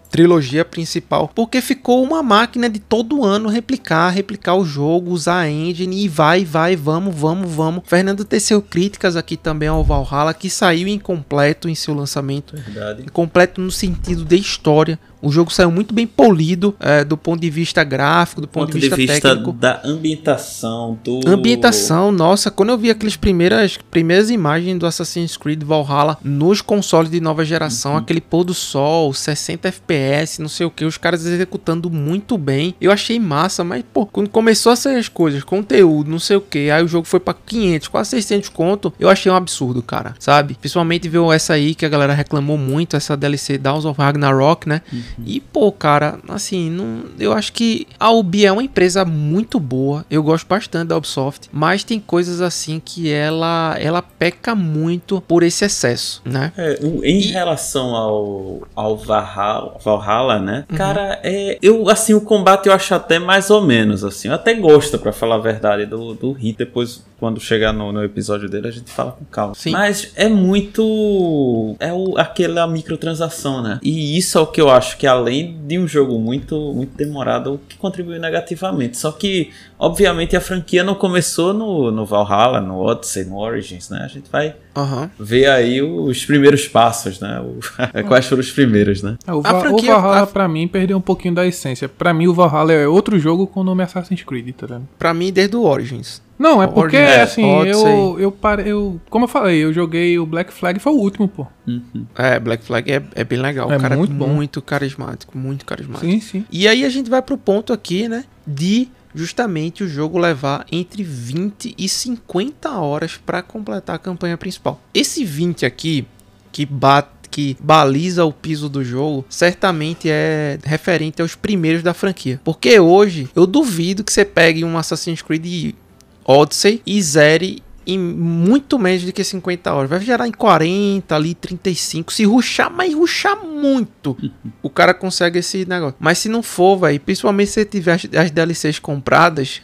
trilogia principal, porque ficou uma máquina de todo ano replicar, replicar o jogo, usar a engine e vai, vai, vamos, vamos, vamos. Fernando teceu críticas aqui também ao Valhalla, que saiu incompleto em seu lançamento. Verdade. Incompleto no sentido de história. O jogo saiu muito bem polido, é, do ponto de vista gráfico, do ponto, ponto de vista, de vista técnico. da ambientação, do... Ambientação, nossa, quando eu vi aquelas primeiras, primeiras imagens do Assassin's Creed Valhalla nos consoles de nova geração, uhum. aquele pôr do sol, sessenta F P S, não sei o que, os caras executando muito bem, eu achei massa, mas pô, quando começou a sair as coisas, conteúdo, não sei o que, aí o jogo foi pra quinhentos, quase seiscentos conto, eu achei um absurdo, cara, sabe? Principalmente ver essa aí que a galera reclamou muito, essa D L C Dawn of Ragnarok, né? Uhum. E, pô, cara, assim, não, eu acho que a Ubi é uma empresa muito boa, eu gosto bastante da Ubisoft, mas tem coisas assim que ela, ela peca muito por esse excesso, né? É, em e... relação ao, ao Valhalla, Valhalla, né? Uhum. Cara, é, eu, assim, o combate eu acho até mais ou menos, assim, eu até gosto, pra falar a verdade, do, do hit, depois, quando chegar no, no episódio dele, a gente fala com calma. Sim. Mas é muito... é o, aquela microtransação, né? E isso é o que eu acho que, além de um jogo muito, muito demorado, que contribuiu negativamente. Só que, obviamente, a franquia não começou no, no Valhalla, no Odyssey, no Origins, né? A gente vai uhum. ver aí os primeiros passos, né? O, quais foram os primeiros, né? É, o, Va- franquia, o Valhalla, a... pra mim, perdeu um pouquinho da essência. Pra mim, o Valhalla é outro jogo com o nome Assassin's Creed, tá vendo? Pra mim, desde o Origins. Não, é porque, é, assim, eu, eu, parei, eu... Como eu falei, eu joguei o Black Flag, foi o último, pô. Uhum. É, Black Flag é, é bem legal. É o cara muito é bom. muito carismático, muito carismático. Sim, sim. E aí a gente vai pro ponto aqui, né, de justamente o jogo levar entre vinte e cinquenta horas pra completar a campanha principal. Esse vinte aqui, que bate, que baliza o piso do jogo, certamente é referente aos primeiros da franquia. Porque hoje, eu duvido que você pegue um Assassin's Creed Odyssey e zere em muito menos do que cinquenta horas. Vai gerar em quarenta, ali, trinta e cinco. Se rushar, mas rushar muito, o cara consegue esse negócio. Mas se não for, velho, principalmente se você tiver as, as D L Cs compradas,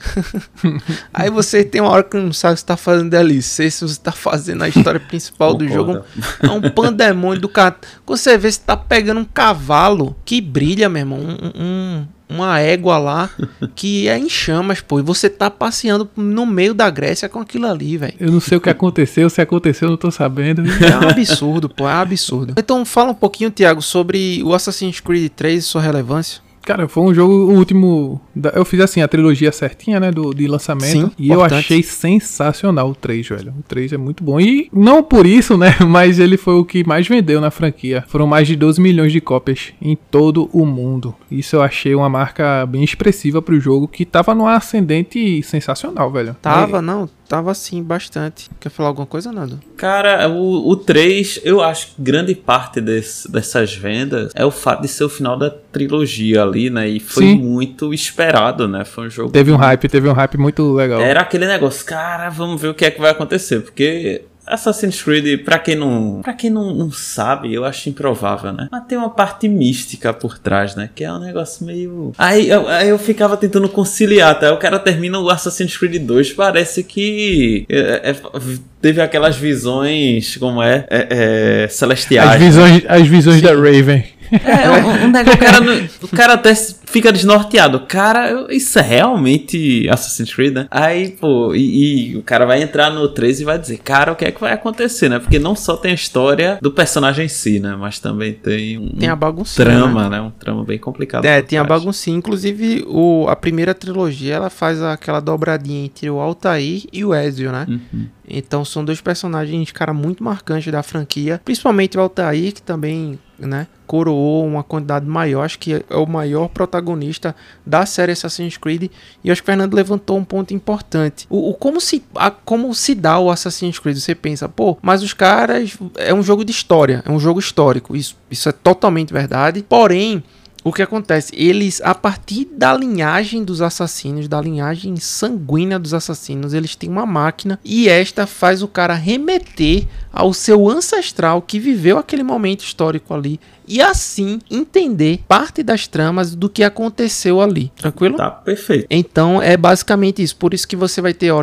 aí você tem uma hora que não sabe se tá fazendo D L C, se você tá fazendo a história principal do jogo. É um pandemônio do cara. Quando você vê, você tá pegando um cavalo que brilha, meu irmão. Um... um uma égua lá que é em chamas, pô, e você tá passeando no meio da Grécia com aquilo ali, velho. Eu não sei o que aconteceu, se aconteceu eu não tô sabendo. É um absurdo, pô, é um absurdo. Então fala um pouquinho, Thiago, sobre o Assassin's Creed três e sua relevância. Cara, foi um jogo, o último... Eu fiz assim, a trilogia certinha, né, do, de lançamento. Sim, e importante. Eu achei sensacional o três, velho. O três é muito bom. E não por isso, né, mas ele foi o que mais vendeu na franquia. Foram mais de doze milhões de cópias em todo o mundo. Isso eu achei uma marca bem expressiva pro jogo, que tava num ascendente sensacional, velho. Tava, é... não... Tava assim, bastante. Quer falar alguma coisa, Nando? Cara, o, o três, eu acho que grande parte desse, dessas vendas é o fato de ser o final da trilogia ali, né? E foi Sim. muito esperado, né? Foi um jogo... Teve um hype, teve um hype muito legal. Era aquele negócio, cara, vamos ver o que é que vai acontecer, porque... Assassin's Creed, pra quem não pra quem não, não sabe, eu acho improvável, né? Mas tem uma parte mística por trás, né? Que é um negócio meio... Aí eu, aí eu ficava tentando conciliar, tá? O cara termina o Assassin's Creed dois, parece que é, é, teve aquelas visões, como é? é, é celestiais. As visões, né? As visões da Raven. É, um, um negócio, o cara, o cara até fica desnorteado. Cara, isso é realmente Assassin's Creed, né? Aí, pô, e, e o cara vai entrar no três e vai dizer, cara, o que é que vai acontecer, né? Porque não só tem a história do personagem em si, né? Mas também tem um tem a baguncinha, trama, né? né? Um trama bem complicado. É, tem trás. A baguncinha. Inclusive, o, a primeira trilogia, ela faz aquela dobradinha entre o Altair e o Ezio, né? Uhum. Então são dois personagens, cara, muito marcantes da franquia. Principalmente o Altair, que também, né, coroou uma quantidade maior. Acho que é o maior protagonista da série Assassin's Creed. E acho que o Fernando levantou um ponto importante. O, o como, se, a, como se dá o Assassin's Creed? Você pensa, pô, mas os caras... É um jogo de história, é um jogo histórico. Isso, isso é totalmente verdade. Porém... O que acontece? Eles, a partir da linhagem dos assassinos, da linhagem sanguínea dos assassinos, eles têm uma máquina e esta faz o cara remeter ao seu ancestral que viveu aquele momento histórico ali e assim entender parte das tramas do que aconteceu ali. Tranquilo? Tá, perfeito. Então é basicamente isso. Por isso que você vai ter horas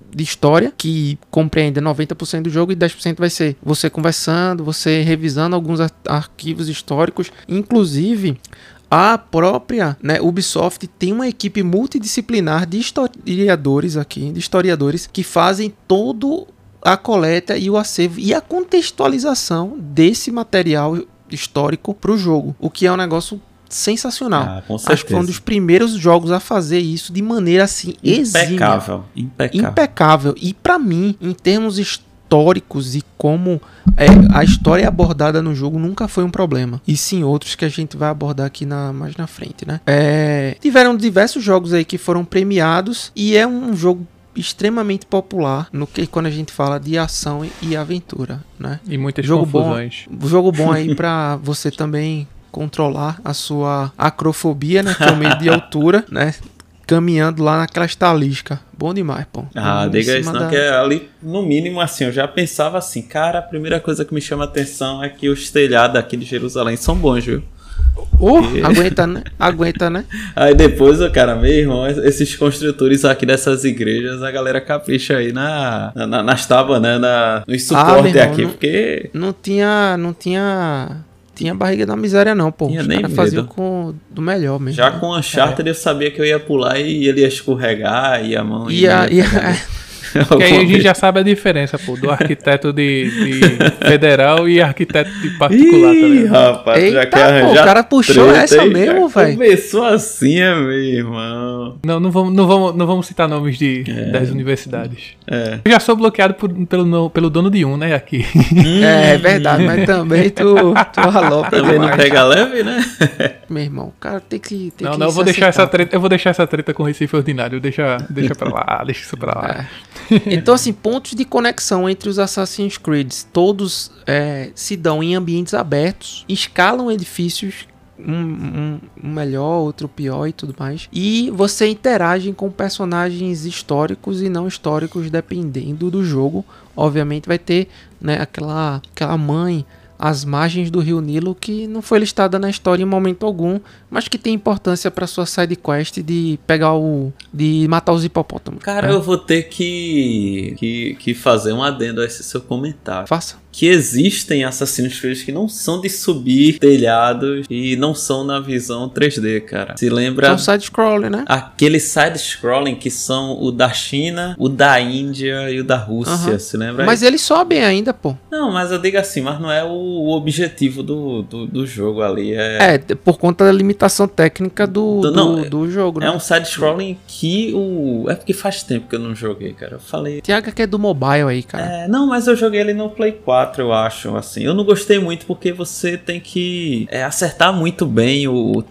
de história, que compreende noventa por cento do jogo, e dez por cento vai ser você conversando, você revisando alguns ar- arquivos históricos. Inclusive, a própria, né, Ubisoft tem uma equipe multidisciplinar de historiadores aqui, de historiadores, que fazem todo a coleta e o acervo e a contextualização desse material histórico para o jogo, o que é um negócio sensacional. Ah, com Acho que foi um certeza. dos primeiros jogos a fazer isso de maneira assim exímia, Impecável. Impecável. impecável. E para mim, em termos históricos e como é, a história é abordada no jogo, nunca foi um problema. E sim outros que a gente vai abordar aqui na, mais na frente, né? É, tiveram diversos jogos aí que foram premiados e é um jogo extremamente popular no que quando a gente fala de ação e aventura, né? E muitas Jogo confusões. bom, jogo bom aí pra você também controlar a sua acrofobia, né? Que é o medo de altura, né? Caminhando lá naquela estalisca. Bom demais, pô. Ah, Em diga cima isso não, da- que é ali, no mínimo, assim, eu já pensava assim, cara, a primeira coisa que me chama a atenção é que os telhados aqui de Jerusalém são bons, viu? Uh, aguenta, né? Aguenta, né? Aí depois, ó, cara, meu irmão, esses construtores aqui dessas igrejas, a galera capricha aí na, na- nas tábuas, né, na, no Ah, suporte meu irmão, aqui, não- porque... Não tinha, não tinha, tinha barriga da miséria não, pô. Tinha Os nem caras medo. faziam com do melhor mesmo. Já com o Uncharted eu sabia que eu ia pular e ele ia escorregar e a mão E a, e a- Porque aí a gente já sabe a diferença, pô, do arquiteto de, de federal e arquiteto de particular, tá Ih, ligado? rapaz, tu já Eita, quer pô, arranjar o cara puxou treta, essa hein? mesmo, Já véi. Começou assim, é, meu irmão. Não, não vamos, não vamos, não vamos citar nomes de, das universidades. É. Eu já sou bloqueado por- pelo, no- pelo dono de um, né, aqui. É, é verdade, mas também tu, tu alopra Também não demais, pega leve, né? meu irmão. O cara tem que tem Não, que não, eu vou se deixar essa aceitar. treta, eu vou deixar essa treta com o Recife Ordinário, deixa, deixa pra lá, deixa isso pra lá. Então, assim, pontos de conexão entre os Assassin's Creed, todos é, se dão em ambientes abertos, escalam edifícios, um, um- um melhor, outro pior e tudo mais. E você interage com personagens históricos e não históricos, dependendo do jogo. Obviamente vai ter, né, aquela, aquela mãe às margens do Rio Nilo que não foi listada na história em momento algum, mas que tem importância para sua side quest de pegar o... de matar os hipopótamos. Cara, né? eu vou ter que, que, que fazer um adendo a esse seu comentário. Faça. Que existem Assassin's Creed que não são de subir telhados e não são na visão três D, cara. Se lembra São side-scrolling, né? aqueles side-scrolling que são o da China, o da Índia e o da Rússia, Aham. se lembra? Mas eles sobem ainda, pô. Não, mas eu digo assim, mas não é o, o objetivo do, do, do jogo ali. É, É, por conta da limitação técnica do, Do- do, não, do jogo, né? é um side-scrolling que o... É porque faz tempo que eu não joguei, cara. Eu falei... Tiago que é do mobile aí, cara. É, não, mas eu joguei ele no Play quatro, eu acho, assim. Eu não gostei muito porque você tem que é, acertar muito bem o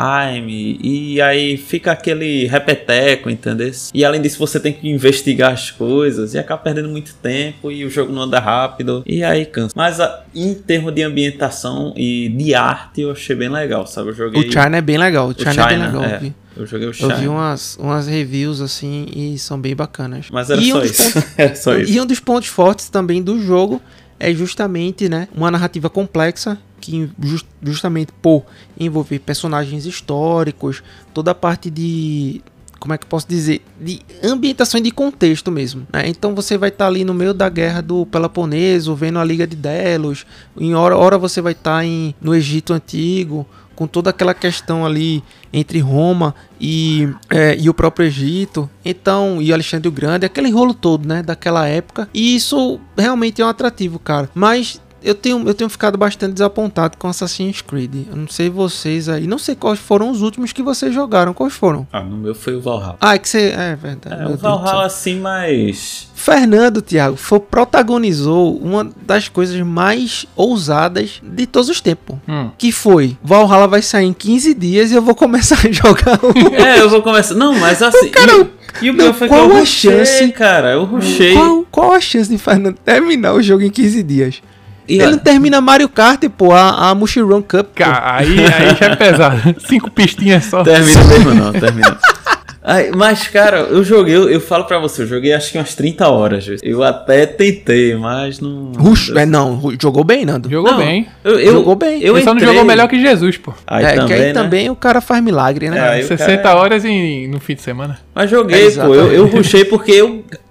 time e aí fica aquele repeteco, entendeu? E além disso você tem que investigar as coisas e acaba perdendo muito tempo e o jogo não anda rápido e aí cansa. Mas a, em termos de ambientação e de arte eu achei bem legal, sabe? Eu joguei... O China é bem legal. O o China, China, é bem legal. é. Eu vi, Eu joguei o eu China. vi umas, umas reviews assim e são bem bacanas. Mas era E só um dos isso. pontos- Era só isso. E um dos pontos fortes também do jogo é justamente, né, uma narrativa complexa que just- justamente por envolver personagens históricos, toda a parte de, como é que eu posso dizer, de ambientação e de contexto mesmo, né? Então você vai estar ali no meio da guerra do Peloponeso, vendo a Liga de Delos, em hora, hora você vai estar em, no Egito Antigo, com toda aquela questão ali entre Roma e, é, e o próprio Egito, então, e Alexandre o Grande, aquele rolo todo, né, daquela época, e isso realmente é um atrativo, cara, mas eu tenho, eu tenho ficado bastante desapontado com Assassin's Creed, eu não sei vocês aí, não sei quais foram os últimos que vocês jogaram, quais foram? Ah, no meu foi o Valhalla. Ah, é que você, é verdade. É, meu o Deus do céu. Valhalla assim, mas... Fernando, Thiago, foi, protagonizou uma das coisas mais ousadas de todos os tempos. Hum. Que foi, Valhalla vai sair em quinze dias e eu vou começar a jogar o... É, eu vou começar... Não, mas assim... cara, e, o- e o não, meu foi qual que eu a rushei, chance? cara. Eu rushei. Qual, qual a chance de Fernando terminar o jogo em quinze dias? E Ele a- não termina Mario Kart, pô, a, a Mushroom Cup. Pô. Cara, aí, aí já é pesado. Cinco pistinhas só. Termina mesmo não, termina. Ai, mas, cara, eu joguei, eu, eu falo pra você, eu joguei acho que umas trinta horas. Eu até tentei, mas não... Rush, é, não, ru- jogou bem, Nando. Jogou Não, bem. Eu, eu, Jogou bem. Eu Ele só não entrei- jogou melhor que Jesus, pô. Aí é, também, que aí né? também o cara faz milagre, né? É, aí o sessenta cara- horas em, no fim de semana. Mas joguei, É, pô. exatamente. Eu, eu rushei porque eu...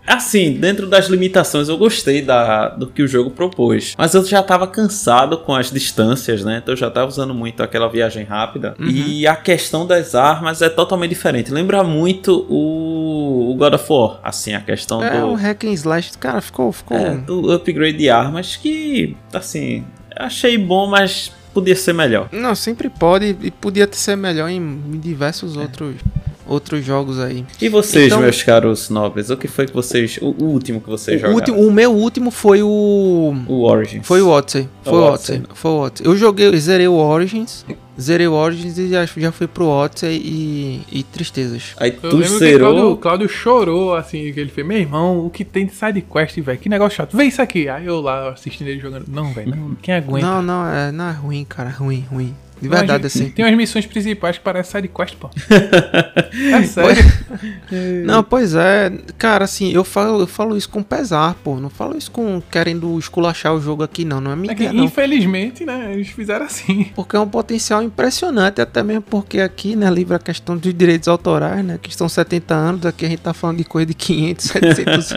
Assim, dentro das limitações, eu gostei da, do que o jogo propôs. Mas eu já tava cansado com as distâncias, né? Então eu já tava usando muito aquela viagem rápida. Uhum. E a questão das armas é totalmente diferente. Lembra muito o, o God of War. Assim, a questão é, do... o hack and slash, cara, ficou... ficou... É, do upgrade de armas que, assim, achei bom, mas podia ser melhor. Não, sempre pode e podia ser melhor em, em diversos é. outros... outros jogos aí. E vocês, então, meus caros nobres, o que foi que vocês... O, o último que vocês o jogaram? Último, o meu último foi o... O Origins. Foi o Odyssey. Foi o Odyssey. Foi o Odyssey. Eu joguei, eu zerei o Origins... Zerei o Origins e já, já fui pro Odyssey e, e tristezas. Aí eu tu zerou... O Cláudio chorou, assim, que ele fez, meu irmão, o que tem de sidequest, velho, que negócio chato, vê isso aqui. Aí eu lá assistindo ele jogando, não, velho, quem aguenta? Não, não, é, não é ruim, cara, ruim, ruim. De verdade, gente, assim. Tem umas missões principais que parecem sidequest, pô. É sério. Não, pois é. Cara, assim, eu falo, eu falo isso com pesar, pô. Não falo isso com querendo esculachar o jogo aqui, não. Não é minha é que, ideia, não. Infelizmente, né, eles fizeram assim. Porque é um potencial impressionante, até mesmo porque aqui, né, livre a questão dos direitos autorais, né, que estão setenta anos, aqui a gente tá falando de coisa de quinhentos, setecentos.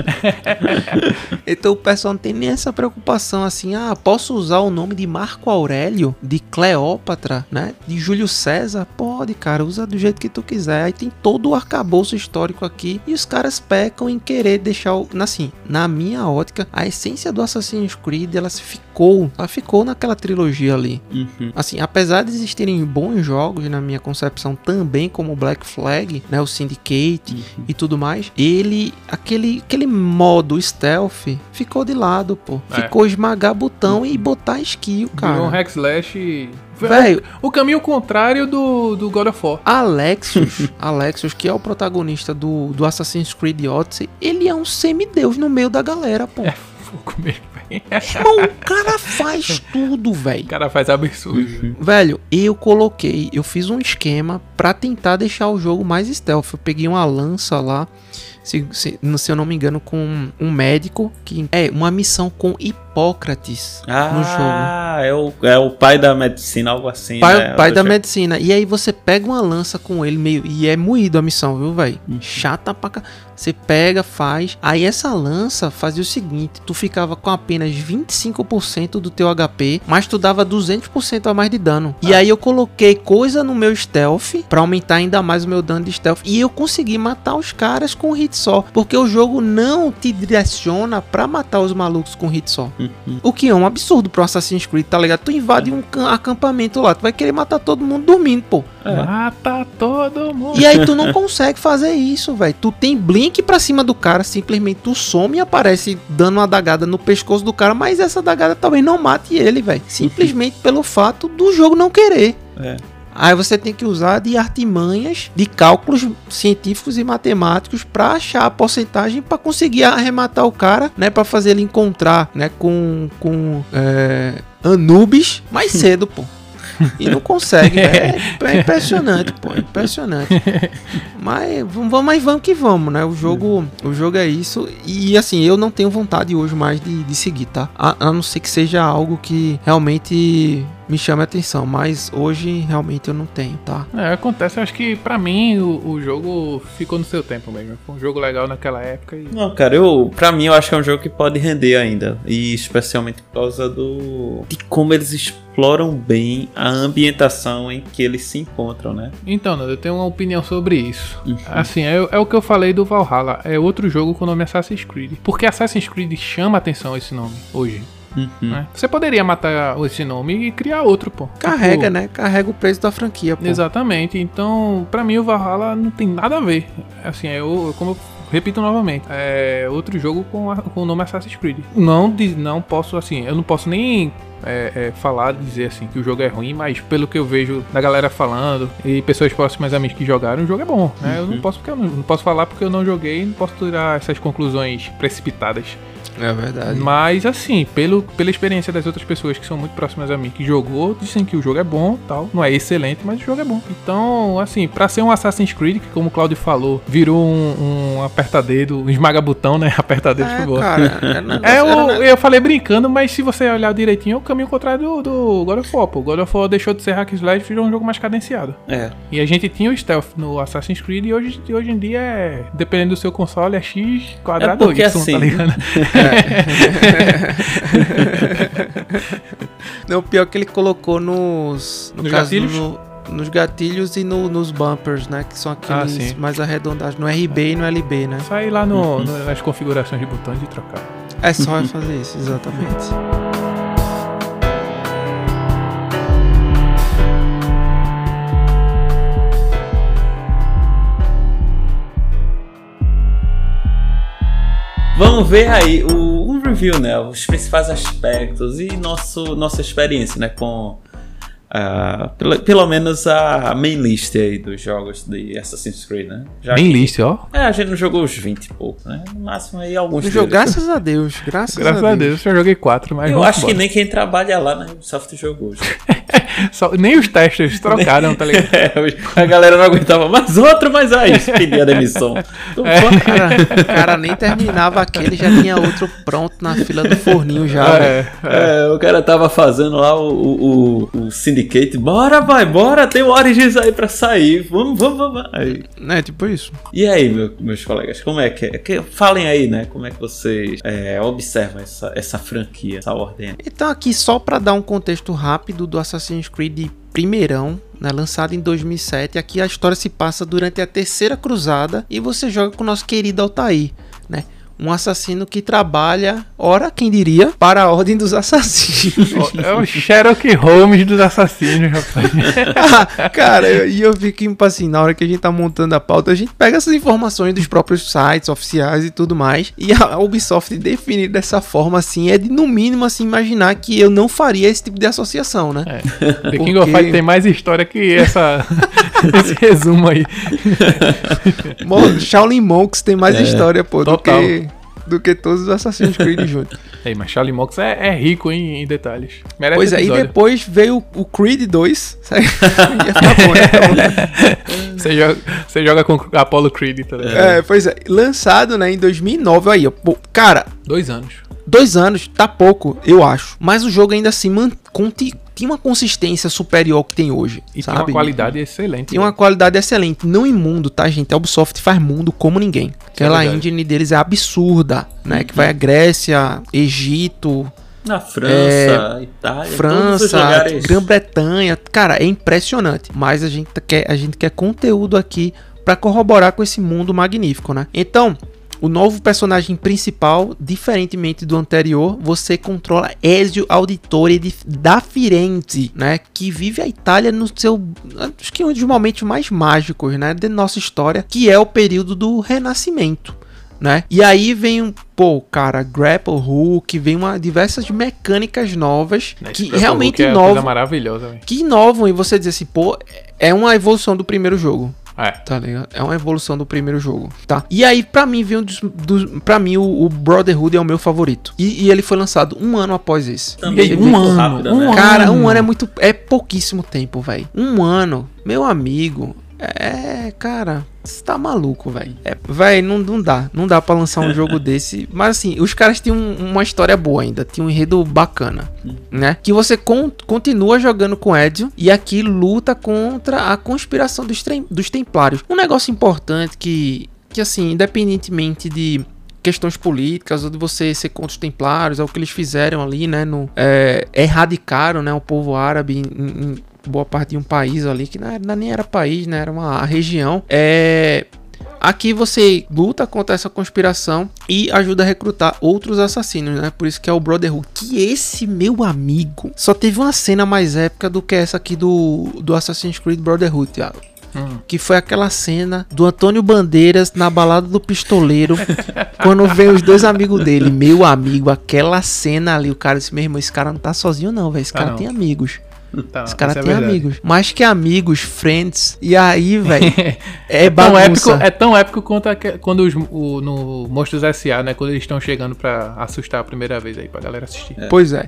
Então o pessoal não tem nem essa preocupação, assim, ah, posso usar o nome de Marco Aurélio, de Cleópatra, né? De Júlio César, pode, cara, usa do jeito que tu quiser. Aí tem todo o arcabouço histórico aqui e os caras pecam em querer deixar o... assim, na minha ótica, a essência do Assassin's Creed, ela se ficou, ela ficou naquela trilogia ali. Uhum. Assim, apesar de existirem bons jogos na minha concepção também, como o Black Flag, né, o Syndicate uhum. e tudo mais, ele, aquele, aquele modo stealth ficou de lado, pô. É. Ficou esmagar botão uhum. e botar skill, cara. Virou um hack slash... Véio, o caminho contrário do, do God of War. Alexios, Alexios, que é o protagonista do, do Assassin's Creed Odyssey, ele é um semideus no meio da galera, pô. É fogo mesmo, velho. Irmão, o cara faz tudo, velho. O cara faz absurdo. Uhum. Velho, eu coloquei, eu fiz um esquema pra tentar deixar o jogo mais stealth. Eu peguei uma lança lá, se, se, se eu não me engano, com um médico, que é uma missão com Hipócrates ah, no jogo. Ah, é o, é o pai da medicina, algo assim, pai, né? Pai da che... medicina. E aí você pega uma lança com ele meio... E é moído a missão, viu, velho? Uhum. Chata pra cá. Você pega, faz... Aí essa lança fazia o seguinte, tu ficava com apenas vinte e cinco por cento do teu H P, mas tu dava duzentos por cento a mais de dano. Ah. E aí eu coloquei coisa no meu stealth pra aumentar ainda mais o meu dano de stealth. E eu consegui matar os caras com hit só. Porque o jogo não te direciona pra matar os malucos com hit só. Uhum. O que é um absurdo pro Assassin's Creed, tá ligado? Tu invade um acampamento lá, tu vai querer matar todo mundo dormindo, pô. É. Mata todo mundo. E aí tu não consegue fazer isso, velho. Tu tem blink pra cima do cara, simplesmente tu some e aparece dando uma dagada no pescoço do cara, mas essa dagada talvez não mate ele, velho. Simplesmente pelo fato do jogo não querer. É. Aí você tem que usar de artimanhas, de cálculos científicos e matemáticos pra achar a porcentagem pra conseguir arrematar o cara, né? Pra fazer ele encontrar, né? Com, com é, Anubis mais cedo, pô. E não consegue, é, é impressionante, pô, é impressionante. Mas vamos, mas vamos que vamos, né? O jogo, o jogo é isso. E assim, eu não tenho vontade hoje mais de, de seguir, tá? A, a não ser que seja algo que realmente me chame a atenção, mas hoje realmente eu não tenho, tá? É, acontece, eu acho que pra mim o, o jogo ficou no seu tempo mesmo. Foi um jogo legal naquela época. E... Não, cara, eu, pra mim eu acho que é um jogo que pode render ainda. E especialmente por causa do de como eles exploram bem a ambientação em que eles se encontram, né? Então, eu tenho uma opinião sobre isso. Uhum. Assim, é, é o que eu falei do Valhalla. É outro jogo com o nome Assassin's Creed. Porque Assassin's Creed chama a atenção esse nome hoje. Uhum. Né? Você poderia matar esse nome e criar outro, pô. Carrega, tipo, né? Carrega o peso da franquia, pô. Exatamente. Então, pra mim, o Valhalla não tem nada a ver. Assim, é eu, como eu repito novamente, é outro jogo com, a, com o nome Assassin's Creed. Não, não posso, assim, eu não posso nem é, é, falar, dizer assim, que o jogo é ruim, mas pelo que eu vejo da galera falando e pessoas próximas a mim que jogaram, o jogo é bom, né? Uhum. Eu não posso, porque eu não, não posso falar porque eu não joguei, não posso tirar essas conclusões precipitadas. É verdade. Mas assim, pelo, pela experiência das outras pessoas que são muito próximas a mim, que jogou, dizem que o jogo é bom, tal. Não é excelente, mas o jogo é bom. Então, assim, pra ser um Assassin's Creed, que como o Claudio falou, virou um, um aperta-dedo, um esmaga-botão, né? Aperta-dedo, é, por favor. Cara, é, é o, eu falei brincando, mas se você olhar direitinho, caminho contrário do, do God of War, pô. O God of War deixou de ser hack and slash e virou um jogo mais cadenciado. É. E a gente tinha o stealth no Assassin's Creed e hoje, hoje em dia é, dependendo do seu console, é X quadrado é porque Y, assim, tá ligado? Não, o pior é que ele colocou nos... No Nos caso, gatilhos? no, nos gatilhos e no, nos bumpers, né? Que são aqueles Ah, sim. mais arredondados, no R B e no L B, né? Só ir lá no, no, nas configurações de botões e trocar. É só fazer isso, exatamente. Vamos ver aí o, um review, né? Os principais aspectos e nosso, nossa experiência, né? Com uh, pelo, pelo menos a main list aí dos jogos de Assassin's Creed, né? Já Bem que- list, ó. É, a gente não jogou os vinte e pouco, né? No máximo aí alguns No jogo, deles. graças a Deus, graças, Graças a Deus, eu já joguei quatro, mas Eu vamos acho que embora. nem quem trabalha lá na Ubisoft jogou. já. Só- nem os testers trocaram, tá ligado? É, a galera não aguentava mais outro, mas aí pedia demissão. Então, O cara, o cara nem terminava aquele, já tinha outro pronto na fila do forninho já. velho. É, É, o cara tava fazendo lá o, o, o, o Syndicate. Bora, vai, bora, tem o Origins aí pra sair. Vamos, vamos, vamos. Aí. É tipo isso. E aí, meu- meus colegas, como é que é? Que- falem aí, né? Como é que vocês é, observam essa, essa franquia, essa ordem? Então aqui só pra dar um contexto rápido do Assassin's Creed primeirão, né, lançado em dois mil e sete, aqui a história se passa durante a Terceira Cruzada e você joga com o nosso querido Altair, né? Um assassino que trabalha, ora quem diria, para a Ordem dos Assassinos. é o Sherlock Holmes dos assassinos, rapaz. Ah, cara, eu- e eu fico tipo assim, na hora que a gente tá montando a pauta, a gente pega essas informações dos próprios sites oficiais e tudo mais, e a Ubisoft definir dessa forma assim, é de no mínimo assim imaginar que eu não faria esse tipo de associação, né? É. The King Porque- of Fighters tem mais história que essa, esse resumo aí. Mo- Shaolin Monks tem mais história, pô, do total. que, do que todos os Assassin's Creed juntos. Ei, mas Charlie Mox é, é rico em, em detalhes. Merece Pois é, e episódio. depois veio o Creed dois. Ia ficar bom, ia ficar bom. Você joga, você joga com Apollo Creed, tá ligado? É, pois é, lançado, né, em dois mil e nove, aí, ó, pô, cara, Dois anos. dois anos, tá pouco, eu acho. Mas o jogo ainda assim man, conti, tinha uma consistência superior ao que tem hoje, E sabe? tem uma qualidade excelente. Tem uma né? qualidade excelente, não em mundo, tá, gente? A Ubisoft faz mundo como ninguém. Aquela verdade. engine deles é absurda, né? Que vai a Grécia, Egito, Na França, Itália, todos os França, lugares. Grã-Bretanha, cara, é impressionante. Mas a gente quer, a gente quer conteúdo aqui pra corroborar com esse mundo magnífico, né? Então, o novo personagem principal, diferentemente do anterior, você controla Ezio Auditore de- da Firenze, né? Que vive a Itália no seu, acho que um dos momentos mais mágicos, né? Da nossa história, que é o período do Renascimento. Né? E aí vem um, pô, cara, grapple hook, vem uma diversas mecânicas novas Esse que Grapple realmente Hook é uma coisa inovam, maravilhosa, velho. que inovam e você diz assim, pô, é uma evolução do primeiro jogo. É. Tá ligado? É uma evolução do primeiro jogo, tá? E aí, pra mim, vem um dos, dos, pra mim, o, o Brotherhood é o meu favorito. E, e ele foi lançado um ano após esse. Também E aí, muito um ano, rápido, um né? ano. Cara, um ano é muito. É pouquíssimo tempo, velho. Um ano, meu amigo. É, cara, você tá maluco, velho. É, velho, não, não dá. Não dá pra lançar um jogo desse. Mas assim, os caras tinham um- uma história boa ainda. Tinha um enredo bacana, né? Que você con- continua jogando com Ezio e aqui luta contra a conspiração dos, trem- dos Templários. Um negócio importante que, que assim, independentemente de questões políticas ou de você ser contra os Templários, é o que eles fizeram ali, né? No, é, erradicaram, né, o povo árabe em, em boa parte de um país ali, que não era, nem era país, né? Era uma região. É... Aqui você luta contra essa conspiração e ajuda a recrutar outros assassinos, né? Por isso que é o Brotherhood. Que esse, meu amigo, só teve uma cena mais épica do que essa aqui do, do Assassin's Creed Brotherhood, Thiago. Hum. Que foi aquela cena do Antônio Bandeiras na balada do pistoleiro, quando vem os dois amigos dele. Meu amigo, aquela cena ali, o cara disse, meu irmão, esse cara não tá sozinho não, velho. Esse Tá cara não. tem amigos. Tá, Esse cara isso é tem verdade. amigos. Mais que amigos, friends. E aí, velho, é Tão épico, bagunça. é tão épico quanto aque- quando os, o, no Monstros S A, né? Quando eles estão chegando pra assustar a primeira vez aí, pra galera assistir. Pois é.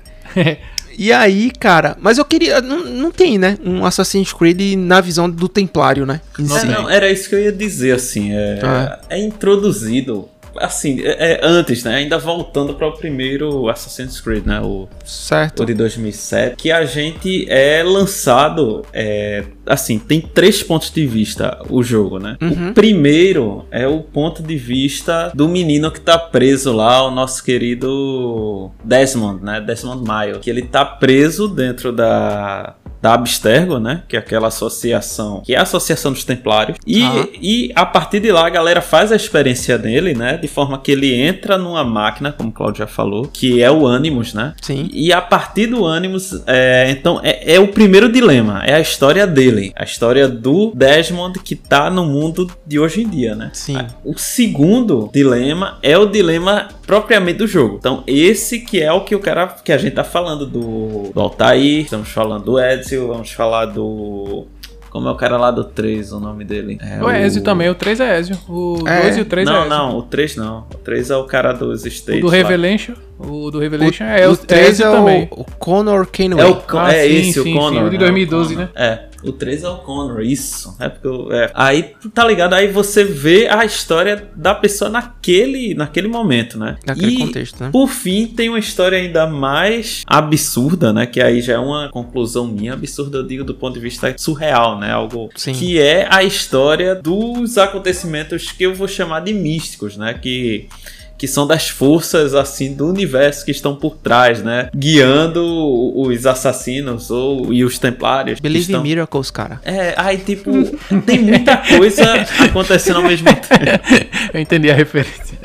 E aí, cara, mas eu queria. Não, não tem, né? Um Assassin's Creed na visão do Templário, né? Em Não É, si. tem. não, era isso que eu ia dizer, assim. É, Ah. é introduzido assim, é, é, antes, né? Ainda voltando para o primeiro Assassin's Creed, né? O, certo. o de dois mil e sete, que a gente é lançado, é, assim, tem três pontos de vista o jogo, né? Uhum. O primeiro é o ponto de vista do menino que tá preso lá, o nosso querido Desmond, né? Desmond Miles, que ele tá preso dentro da... da Abstergo, né? Que é aquela associação, que é a Associação dos Templários. E, ah. e a partir de lá a galera faz a experiência dele, né? De forma que ele entra numa máquina, como o Claudio já falou, que é o Animus, né? Sim. E a partir do Animus, é, então, é, é o primeiro dilema. É a história dele. A história do Desmond que tá no mundo de hoje em dia, né? Sim. O segundo dilema é o dilema propriamente do jogo. Então, esse que é o que o cara que a gente tá falando do, do Altair, estamos falando do Ezio, vamos falar do... Como é o cara lá do três, o nome dele? É o Ezio o... também, o três é Ezio. O é. dois e o três não, é Ezio. Não, não, o três não. O três é o cara dos States. O do Revelation. O do Revelation o, é o três é também. O Connor Kenway. É, o, ah, é sim, esse, sim, o Connor. Sim, o de dois mil e doze, né? É. O três é o Connor, isso. É porque eu, é. Aí, tá ligado? Aí você vê a história da pessoa naquele, naquele momento, né? Naquele e, contexto, né? Por fim, tem uma história ainda mais absurda, né? Que aí já é uma conclusão minha. Absurda, eu digo, do ponto de vista surreal, né? Algo Sim. que é a história dos acontecimentos que eu vou chamar de místicos, né? Que... que são das forças, assim, do universo que estão por trás, né? Guiando os assassinos ou, e os templários. Believe estão... in miracles, cara. É, aí, tipo, tem muita coisa acontecendo ao mesmo tempo. Eu entendi a referência.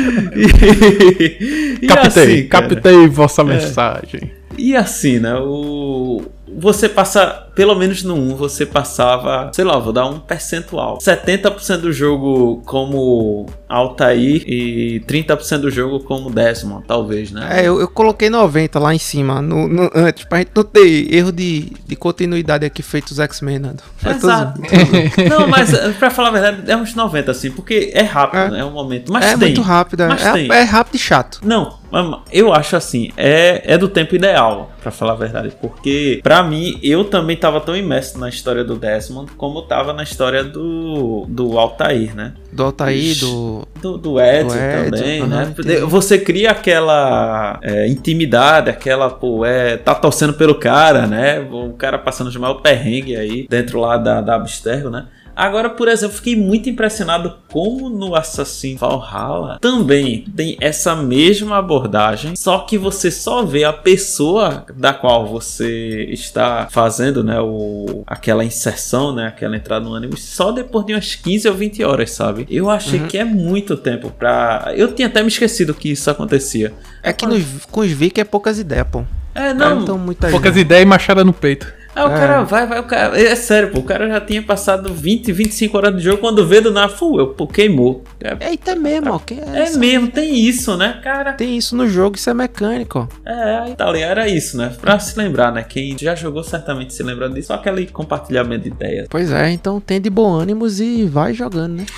e, e captei, assim, captei vossa é. mensagem. E assim, né? O... Você passa, pelo menos no um, você passava, sei lá, vou dar um percentual. setenta por cento do jogo como Altair e trinta por cento do jogo como Desmond, talvez, né? É, eu, eu coloquei noventa lá em cima, no, no, antes, pra gente não ter erro de, de continuidade aqui feito os X-Men, Nando. Exato. Não, mas pra falar a verdade, é uns noventa, assim, porque é rápido, é, né? É um momento. Mas é tem. muito rápido, mas é, tem. é rápido e chato. Não, eu acho assim, é, é do tempo ideal, pra falar a verdade, porque pra mim, eu também tava tão imerso na história do Desmond como eu tava na história do, do Altair, né? Do Altair, do... Do, do Ezio do Ezio, também, uhum, né? entendi. Você cria aquela é, intimidade, aquela, pô, é, tá torcendo pelo cara, né? O cara passando de maior perrengue aí, dentro lá da, da Abstergo, né? Agora, por exemplo, fiquei muito impressionado como no Assassin's Valhalla também tem essa mesma abordagem, só que você só vê a pessoa da qual você está fazendo, né, o, aquela inserção, né, aquela entrada no ânimo, só depois de umas quinze ou vinte horas, sabe? Eu achei uhum. que é muito tempo pra... Eu tinha até me esquecido que isso acontecia. É que nos, com os Vic é poucas ideias, pô. É, não... Então, muita poucas gente. ideias e machada no peito. Aí o é. cara vai, vai, o cara... É sério, pô, o cara já tinha passado vinte, vinte e cinco horas de jogo, quando vê do nada, fu, eu, pô, queimou. É, Eita mesmo, ó. Que é é mesmo, tem isso, né, cara? Tem isso no jogo, isso é mecânico. É, aí tá ali, era isso, né? Pra se lembrar, né? Quem já jogou certamente se lembra disso, só aquele compartilhamento de ideias. Pois é, então tem de bom ânimo e vai jogando, né?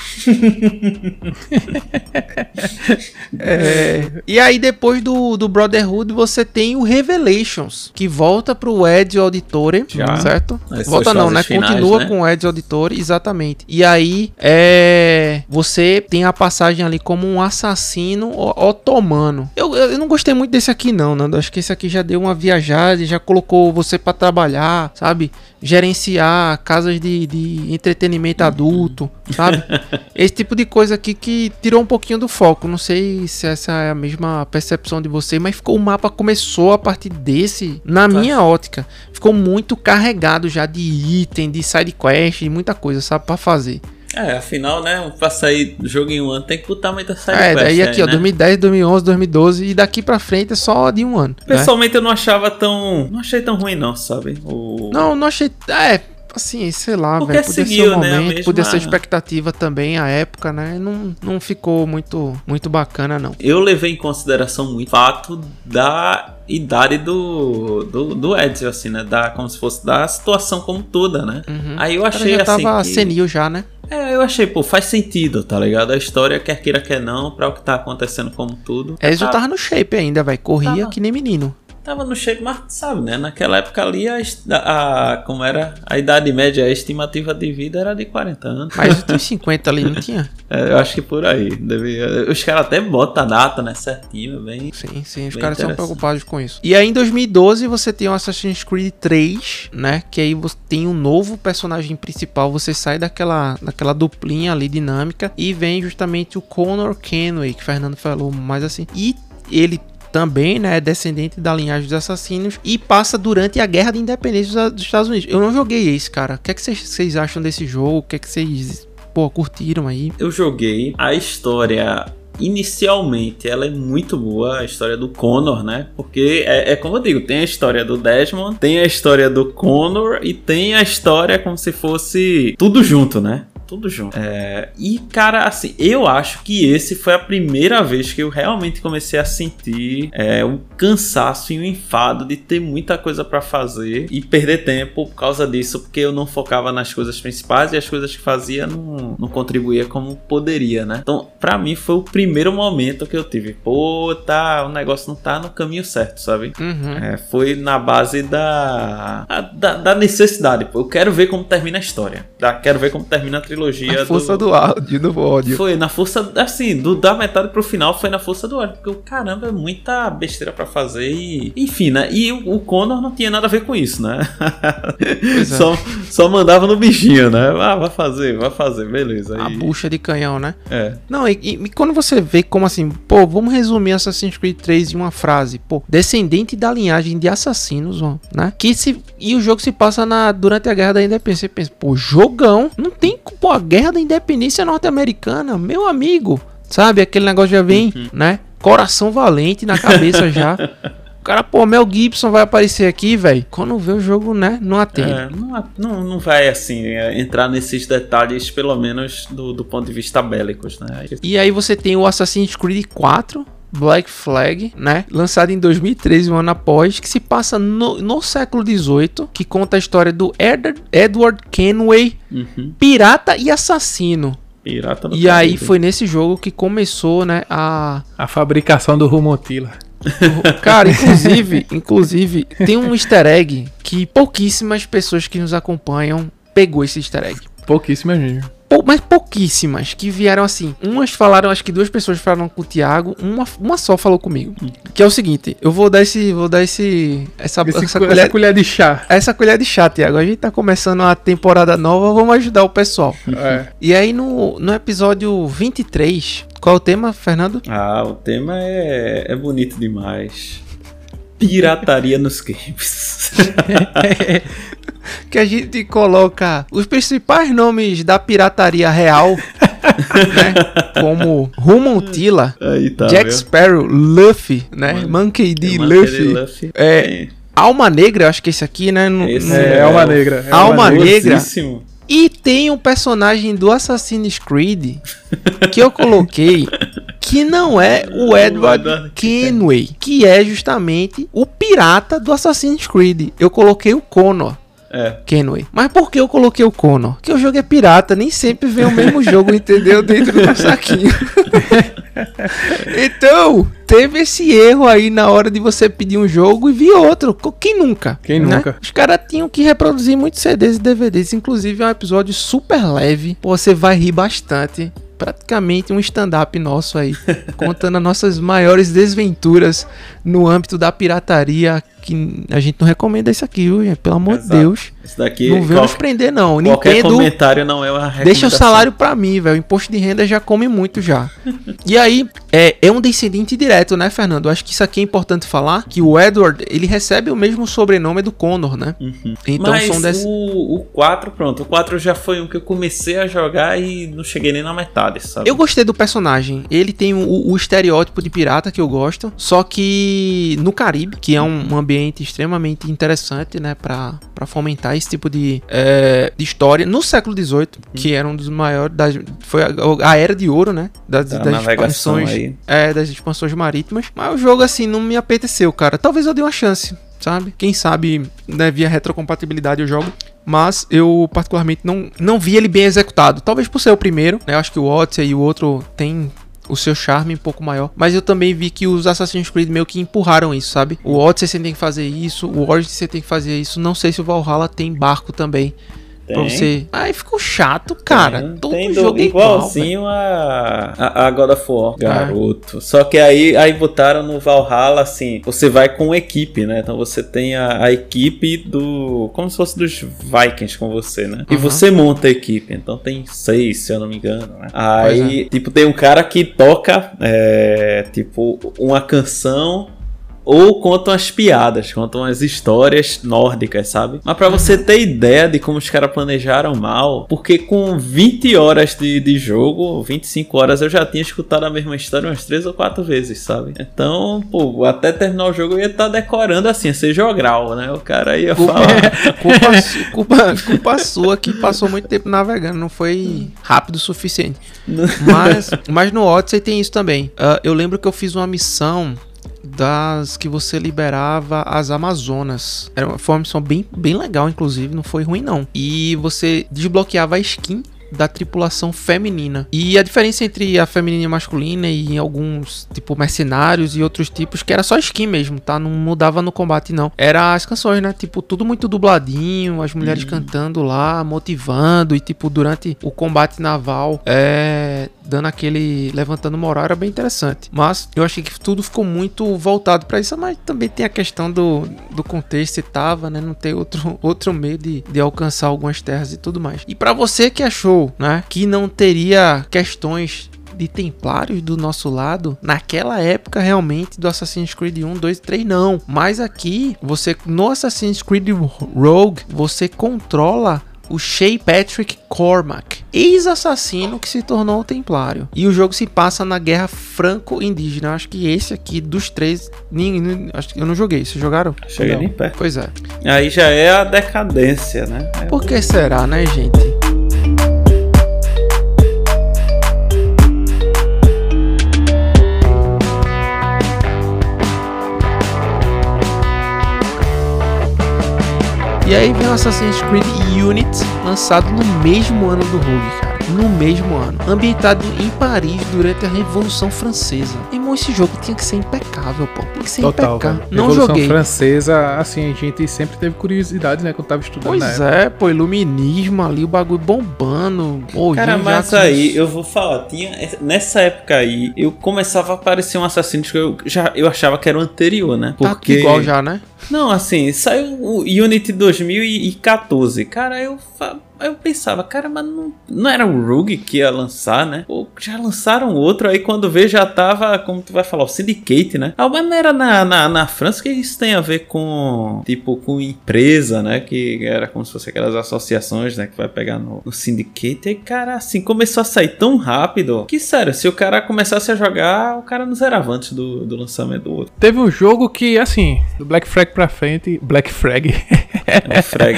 é, e aí depois do, do Brotherhood você tem o Revelations, que volta pro Ezio Auditore, já. Certo? Essas volta não, né? Finais, continua né? com o Ezio Auditore, exatamente. E aí é, você tem a passagem ali como um assassino otomano. Eu, eu não gostei muito desse aqui não, Nando. Acho que esse aqui já deu uma viajada, já colocou você pra trabalhar, sabe? Gerenciar casas de, de entretenimento adulto, sabe? Esse tipo de coisa aqui que tirou um pouquinho do foco. Não sei se essa é a mesma percepção de você, mas ficou, o mapa começou a partir desse, na minha ótica, ficou muito carregado já de item, de side quest, de muita coisa, sabe? Pra fazer. É, afinal, né, pra sair do jogo em um ano tem que botar muita side É, quest daí aqui, aí, ó, né? dois mil e dez, dois mil e onze, dois mil e doze e daqui pra frente é só de um ano. Pessoalmente né? eu não achava tão... Não achei tão ruim não, sabe? O... Não, não achei... É... Assim, sei lá, velho, podia seguiu, ser o momento, né, mesma... podia ser expectativa também, a época, né, não, não ficou muito, muito bacana, não. Eu levei em consideração muito o fato da idade do, do, do Ezio, assim, né, da, como se fosse da situação como toda, né. Uhum. Aí eu achei, já tava assim, que... senil já, né. É, eu achei, pô, faz sentido, tá ligado? A história, quer queira, quer não, pra o que tá acontecendo como tudo. Ezio tá... tava no shape ainda, velho, corria tava. que nem menino. tava no shape, mas sabe, né? Naquela época ali, a, a, como era a idade média, a estimativa de vida era de quarenta anos. Mas eu tenho cinquenta ali, não tinha? É, eu acho que por aí. Devia, os caras até botam a data, né? Certinho, bem. Sim, sim, os caras são preocupados com isso. E aí em dois mil e doze você tem o Assassin's Creed três, né? Que aí você tem um novo personagem principal, você sai daquela, daquela duplinha ali dinâmica e vem justamente o Connor Kenway, que o Fernando falou mais assim. E ele também, né, é descendente da linhagem dos assassinos e passa durante a Guerra de Independência dos Estados Unidos. Eu não joguei esse, cara. O que é que vocês acham desse jogo? O que é que vocês, pô, curtiram aí? Eu joguei. A história, inicialmente, ela é muito boa, a história do Connor, né? Porque é, é como eu digo, tem a história do Desmond, tem a história do Connor e tem a história como se fosse tudo junto, né? Tudo junto. É, e, cara, assim, eu acho que esse foi a primeira vez que eu realmente comecei a sentir é, um cansaço e um enfado de ter muita coisa pra fazer e perder tempo por causa disso, porque eu não focava nas coisas principais e as coisas que fazia não, não contribuía como poderia, né? Então, pra mim, foi o primeiro momento que eu tive. Pô, tá, o negócio não tá no caminho certo, sabe? Uhum. É, foi na base da, a, da, da necessidade. Pô, eu quero ver como termina a história. Tá? Quero ver como termina a trilogia. A força do, do áudio, do ódio. Foi na força, assim, do, da metade pro final foi na força do ódio. Porque o caramba é muita besteira pra fazer e... Enfim, né? E o, o Connor não tinha nada a ver com isso, né? É. só, só mandava no bichinho, né? Ah, vai fazer, vai fazer, beleza. A e... bucha de canhão, né? É. Não, e, e quando você vê como assim, pô, vamos resumir Assassin's Creed três em uma frase, pô, descendente da linhagem de assassinos, ó, né? Que se... E o jogo se passa na, durante a Guerra da Independência. Você pensa, pô, jogão, não tem, pô, a Guerra da Independência norte-americana, meu amigo, sabe? Aquele negócio já vem, uhum. né? Coração valente na cabeça já. O cara, pô, Mel Gibson vai aparecer aqui, velho. Quando vê o jogo, né? Não atende. É, não, não, não vai, assim, entrar nesses detalhes, pelo menos do, do ponto de vista bélicos, né? E aí você tem o Assassin's Creed quatro, Black Flag, né? Lançado em dois mil e treze, um ano após, que se passa no, no século dezoito, que conta a história do Ed, Edward Kenway, uhum. pirata e assassino. Pirata e aí Caribe. Foi nesse jogo que começou, né, a... A fabricação do Rumo Tila. Cara, inclusive, inclusive, tem um easter egg que pouquíssimas pessoas que nos acompanham pegou esse easter egg. Pouquíssimas mesmo. Mas pouquíssimas que vieram assim. Umas falaram, acho que duas pessoas falaram com o Thiago, uma, uma só falou comigo. Que é o seguinte, eu vou dar esse, vou dar esse essa, esse essa, co- colher, essa colher de chá. Essa colher de chá, Thiago. A gente tá começando uma temporada nova, vamos ajudar o pessoal. É. E aí no, no episódio vinte e três, qual é o tema, Fernando? Ah, o tema é, é bonito demais. Pirataria nos games. Que a gente coloca os principais nomes da pirataria real, né? Como Rumo Tila, tá, Jack viu? Sparrow, Luffy, né? Man- Monkey D, Luffy. Luffy. É, Alma Negra, acho que esse aqui, né? No, Esse no... É, é Alma Negra. É Alma Negra. Famosíssimo. E tem um personagem do Assassin's Creed que eu coloquei que não é o Edward Kenway, que é justamente o pirata do Assassin's Creed. Eu coloquei o Connor. É. Kenway. Mas por que eu coloquei o Connor? Porque o jogo é pirata, nem sempre vem o mesmo jogo, entendeu? Dentro do saquinho. Então, teve esse erro aí na hora de você pedir um jogo e vir outro. Quem nunca? Quem né? nunca? Os caras tinham que reproduzir muitos C Ds e D V Ds. Inclusive, é um episódio super leve. Você vai rir bastante. Praticamente um stand-up nosso aí, contando as nossas maiores desventuras no âmbito da pirataria, que a gente não recomenda isso aqui, viu, gente? Pelo amor de Deus. Isso daqui, não veio nos prender, não. Qualquer Nintendo, comentário não é uma recomendação. deixa o salário pra mim, velho. O imposto de renda já come muito já. E aí, é, é um descendente direto, né, Fernando? Eu acho que isso aqui é importante falar, que o Edward, ele recebe o mesmo sobrenome do Connor, né? Uhum. Então Mas são desse... o, o quatro, pronto. O quatro já foi um que eu comecei a jogar e não cheguei nem na metade, sabe? Eu gostei do personagem. Ele tem o, o estereótipo de pirata que eu gosto, só que no Caribe, que é um, um ambiente extremamente interessante, né, pra, pra fomentar esse tipo de, é, de história. No século dezoito, hum. que era um dos maiores, das, foi a, a era de ouro, né, das, da das expansões, aí. É, das expansões marítimas. Mas o jogo, assim, não me apeteceu, cara. Talvez eu dê uma chance, sabe? Quem sabe, né, via retrocompatibilidade eu jogo. Mas eu particularmente não, não vi ele bem executado. Talvez por ser o primeiro, né? Eu acho que o Odyssey e o outro tem, o seu charme um pouco maior. Mas eu também vi que os Assassin's Creed meio que empurraram isso, sabe? O Odyssey você tem que fazer isso, o Origins você tem que fazer isso. Não sei se o Valhalla tem barco também. Tem. Pra você... Aí ficou chato, cara. Tem, Todo tem jogo do, é igualzinho igual, a, a, a God of War, garoto. É. Só que aí, aí botaram no Valhalla, assim, você vai com equipe, né? Então você tem a, a equipe do... como se fosse dos Vikings com você, né? E uhum. você monta a equipe. Então tem seis, se eu não me engano, né? Aí, é. tipo, tem um cara que toca, é, tipo, uma canção... ou contam as piadas, contam as histórias nórdicas, sabe? Mas pra você ter ideia de como os caras planejaram mal, porque com vinte horas de, de jogo, vinte e cinco horas, eu já tinha escutado a mesma história umas três ou quatro vezes, sabe? Então, pô, até terminar o jogo eu ia estar tá decorando assim, ia ser jogral, né? O cara ia culpa, falar... culpa, culpa, culpa sua que passou muito tempo navegando, não foi rápido o suficiente. Mas, mas no Odyssey tem isso também. Uh, eu lembro que eu fiz uma missão... das que você liberava as Amazonas. Era uma, foi uma missão bem, bem legal, inclusive, não foi ruim não. E você desbloqueava a skin da tripulação feminina. E a diferença entre a feminina e a masculina e alguns, tipo, mercenários e outros tipos, que era só skin mesmo, tá? Não mudava no combate, não. Era as canções, né? Tipo, tudo muito dubladinho, as mulheres hum. cantando lá, motivando e, tipo, durante o combate naval, é... dando aquele... levantando moral, era bem interessante. Mas eu achei que tudo ficou muito voltado pra isso, mas também tem a questão do, do contexto e tava, né? Não ter outro, outro meio de, de alcançar algumas terras e tudo mais. E pra você que achou, né, que não teria questões de templários do nosso lado, naquela época realmente do Assassin's Creed um, dois, três não, mas aqui você no Assassin's Creed Rogue você controla o Shay Patrick Cormac, ex-assassino que se tornou um templário. E o jogo se passa na Guerra Franco-Indígena. Eu acho que esse aqui dos três, nem, acho que eu não joguei. Vocês jogaram? Cheguei nem perto. Pois é. Aí já é a decadência, né? É Por que será, né, gente? E aí vem o Assassin's Creed Unity, lançado no mesmo ano do Rogue, cara. No mesmo ano. Ambientado em Paris durante a Revolução Francesa. Irmão, esse jogo tinha que ser impecável, pô. Tinha que ser Total, impecável. Velho. Não Revolução joguei. Francesa, assim, a gente sempre teve curiosidade, né, quando tava estudando Pois na época. é, pô, iluminismo ali, o bagulho bombando. Oh, cara, gente, mas já... aí, eu vou falar, tinha, nessa época aí, eu começava a aparecer um Assassin's que eu, já, eu achava que era o anterior, né? Porque... Tá igual já, né? Não, assim, saiu o Unity dois mil e quatorze. Cara, eu, eu pensava, cara, mas não, não era o Rogue que ia lançar, né? Pô, já lançaram outro, aí quando vê já tava, como tu vai falar, o Syndicate, né? Ah, mas não era na, na, na França, que isso tem a ver com, tipo, com empresa, né? Que era como se fosse aquelas associações, né? Que vai pegar no, no Syndicate. E, cara, assim, começou a sair tão rápido que, sério, se o cara começasse a jogar, o cara não zerava antes do, do lançamento do outro. Teve um jogo que, assim, do Black Flag pra frente, Black Frag. É o Frag.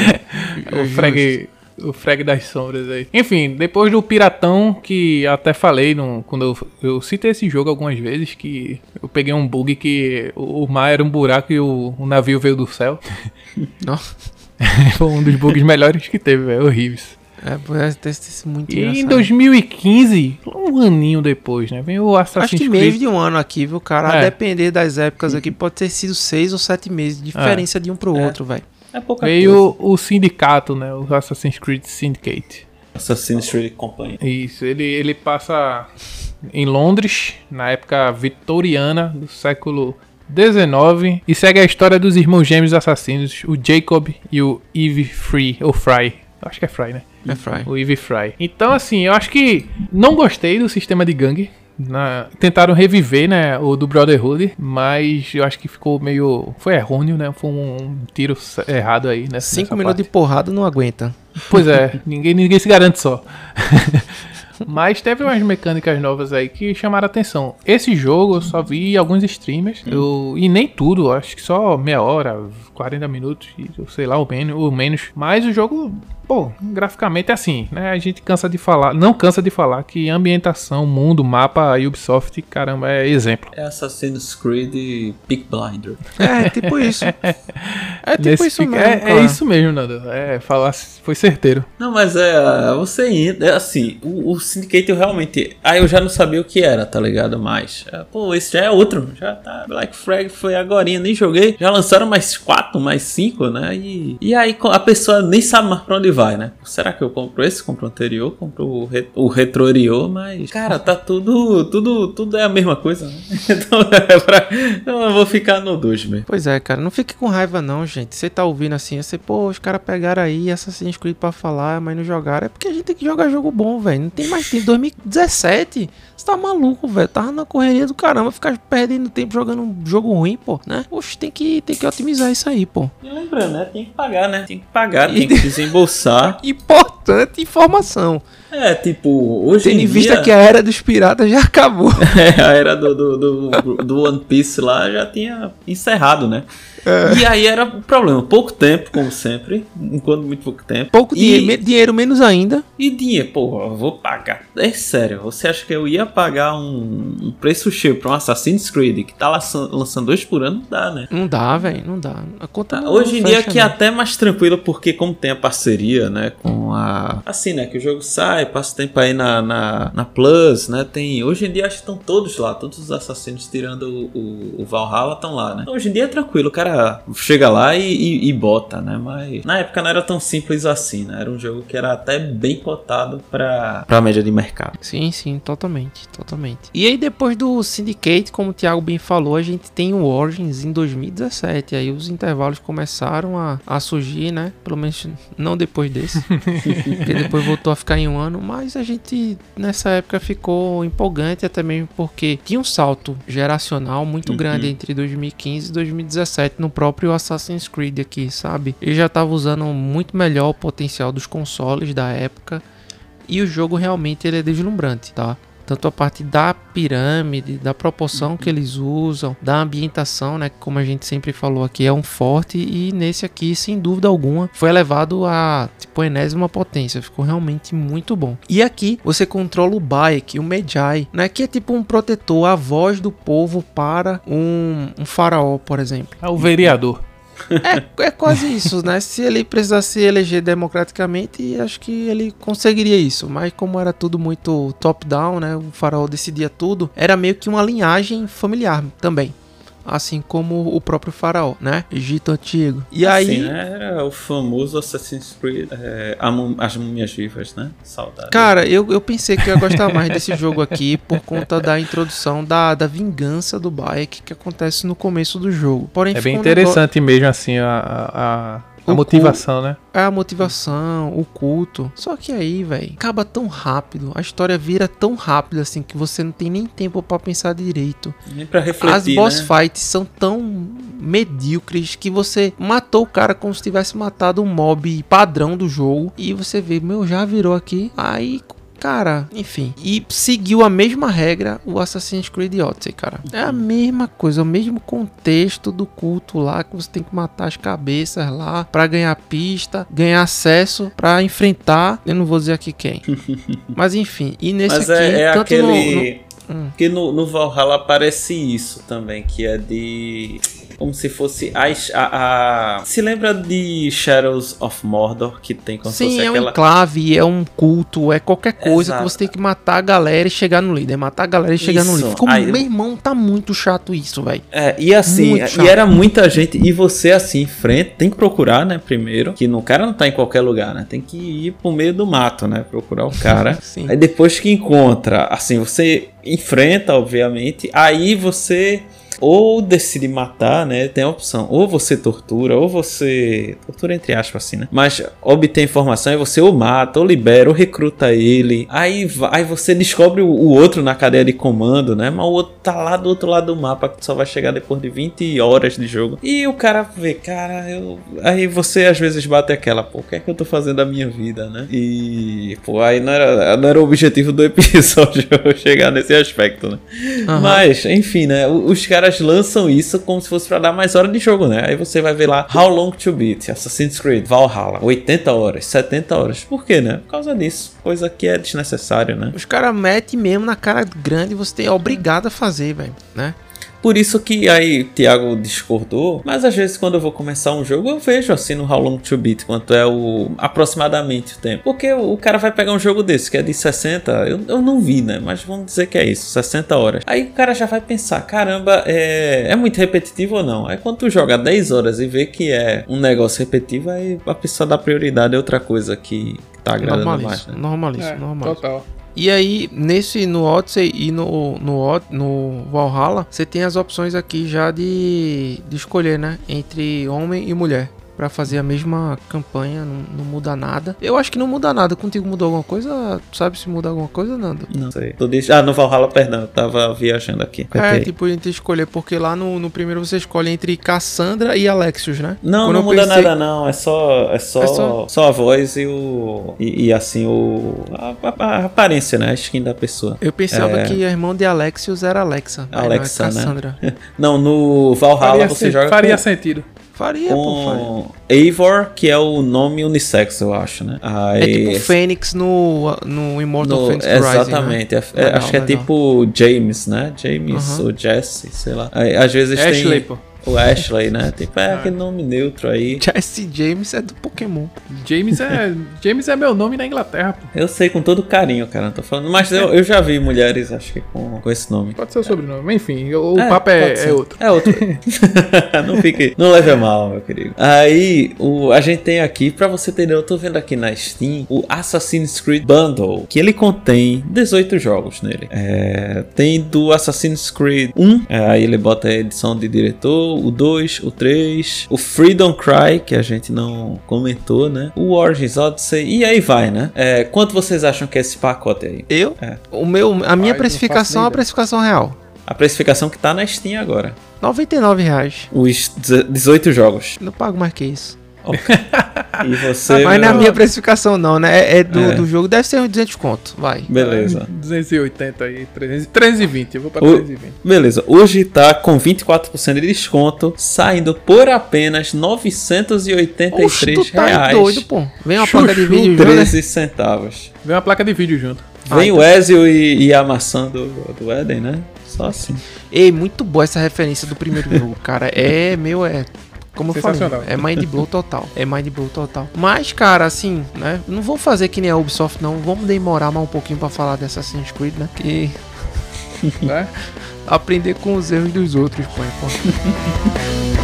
o Frag... O frag das sombras aí. Enfim, depois do Piratão, que até falei no, quando eu, eu citei esse jogo algumas vezes, que eu peguei um bug que o, o mar era um buraco e o, o navio veio do céu. Nossa. Foi um dos bugs melhores que teve, velho. Horríveis. É, parece ter sido muito E engraçado. em dois mil e quinze, um aninho depois, né? Vem o Assassin's Acho que Creed. menos de um ano aqui, viu, cara? A É. depender das épocas aqui, pode ter sido seis ou sete meses de diferença é. de um pro É. outro, velho. É pouca Veio coisa. o Sindicato, né? O Assassin's Creed Syndicate. Assassin's Creed Company. Isso, ele, ele passa em Londres, na época vitoriana do século dezenove, e segue a história dos irmãos gêmeos assassinos, o Jacob e o Eve Free, ou Fry. Eu acho que é Fry, né? É Fry. O Eve Fry. Então, assim, eu acho que não gostei do sistema de gangue. Na... Tentaram reviver, né, o do Brotherhood, mas eu acho que ficou meio... Foi errôneo, né? Foi um, um tiro errado aí, né? Cinco minutos de porrada não aguenta. Pois é, ninguém, ninguém se garante só. Mas teve umas mecânicas novas aí que chamaram a atenção. Esse jogo eu só vi alguns streamers, eu, e nem tudo, acho que só meia hora, quarenta minutos, sei lá, ou menos, ou menos. Mas o jogo Pô, graficamente é assim, né? A gente cansa de falar, não cansa de falar que ambientação, mundo, mapa, Ubisoft, caramba, é exemplo. É Assassin's Creed Peak Blinder. É, tipo isso. É tipo Nesse isso pique- mesmo, é, cara. é isso mesmo, Nando. É, falar foi certeiro. Não, mas é, você entra, é assim, o, o Syndicate eu realmente, aí eu já não sabia o que era, tá ligado? Mas, é, pô, esse já é outro, já tá, Black Flag foi agorinha, nem joguei, já lançaram mais quatro, mais cinco, né? E, e aí a pessoa nem sabe mais pra onde vai, né? Será que eu compro esse, compro o anterior, compro o, re, o retrorior, mas, cara, tá tudo, tudo, tudo é a mesma coisa, né? Então, é pra, então eu vou ficar no dois mesmo. Pois é, cara, não fique com raiva não, gente. Você tá ouvindo assim, você, pô, os caras pegaram aí Assassin's Creed pra falar, mas não jogaram. É porque a gente tem que jogar jogo bom, velho. Não tem mais tempo. dois mil e dezessete, você tá maluco, velho. Tava na correria do caramba, ficar perdendo tempo jogando um jogo ruim, pô, né? Oxe, tem que, tem que otimizar isso aí, pô. E lembrando, né? Tem que pagar, né? Tem que pagar, tem que desembolsar. Importante informação. É, tipo, hoje Tendo em em vista dia... que a era dos piratas já acabou. É, a era do, do, do, do One Piece lá já tinha encerrado, né? É. E aí era o problema, pouco tempo, como sempre, enquanto muito pouco tempo. Pouco e... dinheiro, me- dinheiro menos ainda. E dinheiro, pô, eu vou pagar. É sério, você acha que eu ia pagar um, um preço cheio pra um Assassin's Creed que tá lançando, lançando dois por ano? Não dá, né? Não dá, velho, não dá. A conta não Hoje em não dia fecha, aqui é não. até mais tranquilo, porque como tem a parceria, né, com a... Assim, né, que o jogo sai, passa tempo aí na, na, na Plus, né, tem... Hoje em dia acho que estão todos lá, todos os assassinos tirando o, o, o Valhalla estão lá, né. Então, hoje em dia é tranquilo, o cara chega lá e, e, e bota, né, mas na época não era tão simples assim, né, era um jogo que era até bem cotado pra, pra média de mercado. Sim, sim, totalmente, totalmente. E aí depois do Syndicate, como o Thiago bem falou, a gente tem o Origins em dois mil e dezessete, aí os intervalos começaram a, a surgir, né, pelo menos não depois desse, porque depois voltou a ficar em um ano, mas a gente nessa época ficou empolgante, até mesmo porque tinha um salto geracional muito Uhum. grande entre dois mil e quinze e dois mil e dezessete no próprio Assassin's Creed aqui, sabe? Ele já estava usando muito melhor o potencial dos consoles da época e o jogo realmente ele é deslumbrante, tá? Tanto a parte da pirâmide, da proporção que eles usam, da ambientação, né? Como a gente sempre falou aqui, é um forte. E nesse aqui, sem dúvida alguma, foi elevado a tipo enésima potência. Ficou realmente muito bom. E aqui você controla o Bayek, o Medjay, né? Que é tipo um protetor, a voz do povo para um, um faraó, por exemplo. É o vereador. É, é quase isso, né? Se ele precisasse se eleger democraticamente, acho que ele conseguiria isso. Mas como era tudo muito top-down, né? O faraó decidia tudo. Era meio que uma linhagem familiar também. Assim como o próprio faraó, né? Egito Antigo. E assim, aí... né? Era o famoso Assassin's Creed, é, a mum- as múmias vivas, né? Saudade. Cara, eu, eu pensei que eu ia gostar mais desse jogo aqui por conta da introdução da, da vingança do Bayek que acontece no começo do jogo. Porém, É bem ficou um negócio- interessante mesmo, assim, a, a, a, a O motivação, né? É a motivação, o culto. Só que aí, velho, acaba tão rápido. A história vira tão rápido assim que você não tem nem tempo pra pensar direito. Nem pra refletir, As boss né? fights são tão medíocres que você matou o cara como se tivesse matado um mob padrão do jogo. E você vê, meu, já virou aqui. Aí... Cara, enfim. E seguiu a mesma regra o Assassin's Creed Odyssey, cara. É a mesma coisa, o mesmo contexto do culto lá, que você tem que matar as cabeças lá pra ganhar pista, ganhar acesso pra enfrentar. Eu não vou dizer aqui quem. Mas enfim, e nesse Mas aqui, é, é tanto aquele... no, no... Hum. Porque no, no Valhalla aparece isso também, que é de... Como se fosse a, a, a... Se lembra de Shadows of Mordor, que tem como se Sim, fosse é aquela... um enclave, é um culto, é qualquer coisa Exato. que você tem que matar a galera e chegar no líder. Matar a galera e chegar no Isso. líder. Ficou, Aí- meu irmão, tá muito chato isso, velho. É, e assim, Muito e chato. era muita gente, e você assim, em frente, tem que procurar, né, primeiro, que no cara não tá em qualquer lugar, né, tem que ir pro meio do mato, né, procurar o cara. Sim. Aí depois que encontra, assim, você enfrenta, obviamente, aí você ou decide matar, né, tem a opção, ou você tortura, ou você, tortura entre aspas assim, né, mas obtém informação, aí você ou mata, ou libera, ou recruta ele, aí, va- aí você descobre o, o outro na cadeia de comando, né, mas o outro tá lá do outro lado do mapa, que só vai chegar depois de vinte horas de jogo, e o cara vê, cara, eu... aí você às vezes bate aquela, pô, o que é que eu tô fazendo da minha vida, né, e, pô, aí não era, não era o objetivo do episódio chegar nesse aspecto, né, Aham. mas, enfim, né, o- os caras caras lançam isso como se fosse pra dar mais hora de jogo, né? Aí você vai ver lá, How Long to Beat, Assassin's Creed, Valhalla, oitenta horas, setenta horas. Por quê, né? Por causa disso. Coisa que é desnecessário, né? Os caras metem mesmo na cara grande e você é obrigado a fazer, velho, né? Por isso que aí o Thiago discordou, mas às vezes quando eu vou começar um jogo eu vejo assim no How Long to Beat quanto é o aproximadamente o tempo. Porque o cara vai pegar um jogo desse que é de sessenta, eu, eu não vi, né? Mas vamos dizer que é isso, sessenta horas. Aí o cara já vai pensar, caramba, é, é muito repetitivo ou não? Aí quando tu joga dez horas e vê que é um negócio repetitivo, aí a pessoa dá prioridade a outra coisa que tá agradando mais, Normalíssimo, né? normalíssimo, É, normalíssimo. total. E aí, nesse, no Odyssey e no, no, no Valhalla, você tem as opções aqui já de, de escolher, né? Entre homem e mulher. Pra fazer a mesma campanha, não, não muda nada. Eu acho que não muda nada. Contigo mudou alguma coisa? Tu sabe se muda alguma coisa, Nando? Não sei. Tu disse... Ah, no Valhalla, perdão, eu tava viajando aqui. É, Apertei. tipo, a gente escolher, porque lá no, no primeiro você escolhe entre Cassandra e Alexios, né? Não, Quando não eu muda pensei- nada não, é só, é só, É só- só a voz e o e, e assim o a, a- a aparência, né, a skin da pessoa. Eu pensava É. que a irmã de Alexios era Alexa. mas não, é Alexa, né? Cassandra. Não, no Valhalla Faria, você sen- joga faria com, sentido. Faria, pô, faria. com Eivor, que é o nome unissex, eu acho, né? Aí, É tipo o Fênix no, no Immortal no, Phoenix Rising, né? exatamente, é- é- Legal, acho que é legal. tipo James, né? James Uhum. ou Jesse, sei lá. Aí, às vezes Ashley, tem pô. o Ashley, né? Tipo, é Ah. aquele nome neutro aí. Jesse James é do Pokémon. James é, James é meu nome na Inglaterra, pô. Eu sei com todo carinho, cara, não tô falando, mas eu, eu já vi mulheres, acho que com, com esse nome. Pode ser o sobrenome. Enfim, o É, papo é, pode ser. é outro. É outro. Não fique, não leve a mal, meu querido. Aí, o, a gente tem aqui, pra você entender, eu tô vendo aqui na Steam, o Assassin's Creed Bundle, que ele contém dezoito jogos nele. É, tem do Assassin's Creed um, é, aí ele bota a edição de diretor, o dois, o três, o Freedom Cry, que a gente não comentou, né? O Origins Odyssey, e aí vai, né? É, quanto vocês acham que é esse pacote aí? Eu? É. O meu, a minha Ai, não faço precificação é nem a ideia. precificação real. A precificação que tá na Steam agora. noventa e nove reais. Os dezoito jogos. Não pago mais que isso. E você... Mas não é a meu- minha precificação não, né? É, é do, É. do jogo. Deve ser uns duzentos conto. Vai. Beleza. duzentos e oitenta aí, trezentos, trezentos e vinte. Eu vou pra O- trezentos e vinte. Beleza. Hoje tá com vinte e quatro por cento de desconto, saindo por apenas novecentos e oitenta e Oxe, três tu tá reais. doido, pô. Vem uma Chuchu, placa de vídeo, junto, né? treze centavos. Vem uma placa de vídeo junto. Vem Ah, o Ezio e, e a maçã do, do Éden, né? Só assim. Ei, muito boa essa referência do primeiro jogo, cara. É, meu, é... Como eu falei, Sensacional. é mind blow total. É mind blow total. Mas, cara, assim, né? Não vou fazer que nem a Ubisoft, não. Vamos demorar mais um pouquinho pra falar de Assassin's Creed, né? Que Né? aprender com os erros dos outros, pô. É importante.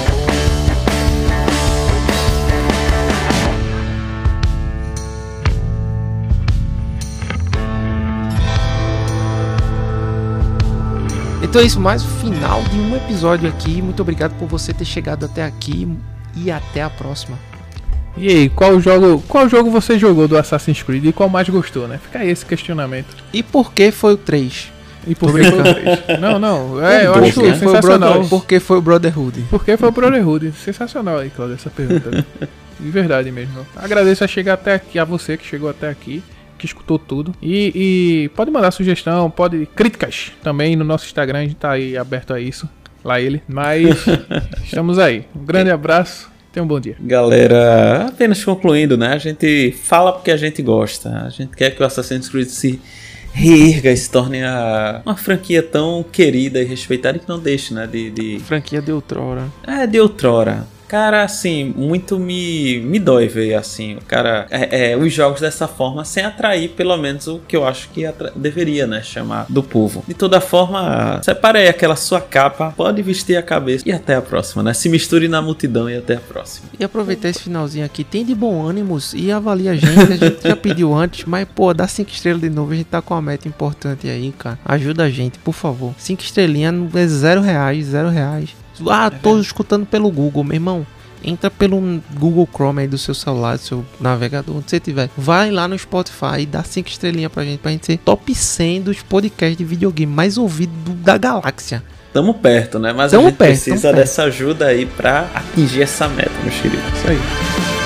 Então é isso, mais o final de um episódio aqui. Muito obrigado por você ter chegado até aqui e até a próxima. E aí, qual jogo, qual jogo você jogou do Assassin's Creed e qual mais gostou, né? Fica aí esse questionamento. E por que foi o três? E por que foi o três? Não, não, é, eu Por acho quê? Foi o sensacional. Brother- por que foi o Brotherhood? Por que foi o Brotherhood? Sensacional aí, Claudio, essa pergunta. né? De verdade mesmo. Agradeço a chegar até aqui, a você que chegou até aqui, que escutou tudo. E, e pode mandar sugestão, pode críticas também no nosso Instagram, a gente tá aí aberto a isso. Lá ele. Mas estamos aí. Um grande abraço, tenha um bom dia. Galera, apenas concluindo, né? A gente fala porque a gente gosta. A gente quer que o Assassin's Creed se reerga e se torne a- uma franquia tão querida e respeitada que não deixe, né? De, de... Franquia de outrora. É, de outrora. Cara, assim, muito me, me dói ver, assim, o cara, é, é, os jogos dessa forma, sem atrair, pelo menos, o que eu acho que atra- deveria, né, chamar do povo. De toda forma, separe aí aquela sua capa, pode vestir a cabeça e até a próxima, né? Se misture na multidão e até a próxima. E aproveitar esse finalzinho aqui, tem de bom ânimos e avalia a gente. A gente já pediu antes, mas pô, dá cinco estrelas de novo. A gente tá com uma meta importante aí, cara. Ajuda a gente, por favor. Cinco estrelinhas é zero reais, zero reais. Ah, tô escutando pelo Google, meu irmão. Entra pelo Google Chrome aí do seu celular, do seu navegador, onde você tiver. Vai lá no Spotify e dá cinco estrelinhas pra gente, pra gente ser top cem dos podcasts de videogame mais ouvido da galáxia. Tamo perto, né? Mas Tamo a gente perto, precisa tamo perto. dessa ajuda aí pra atingir essa meta, meus queridos. Isso aí.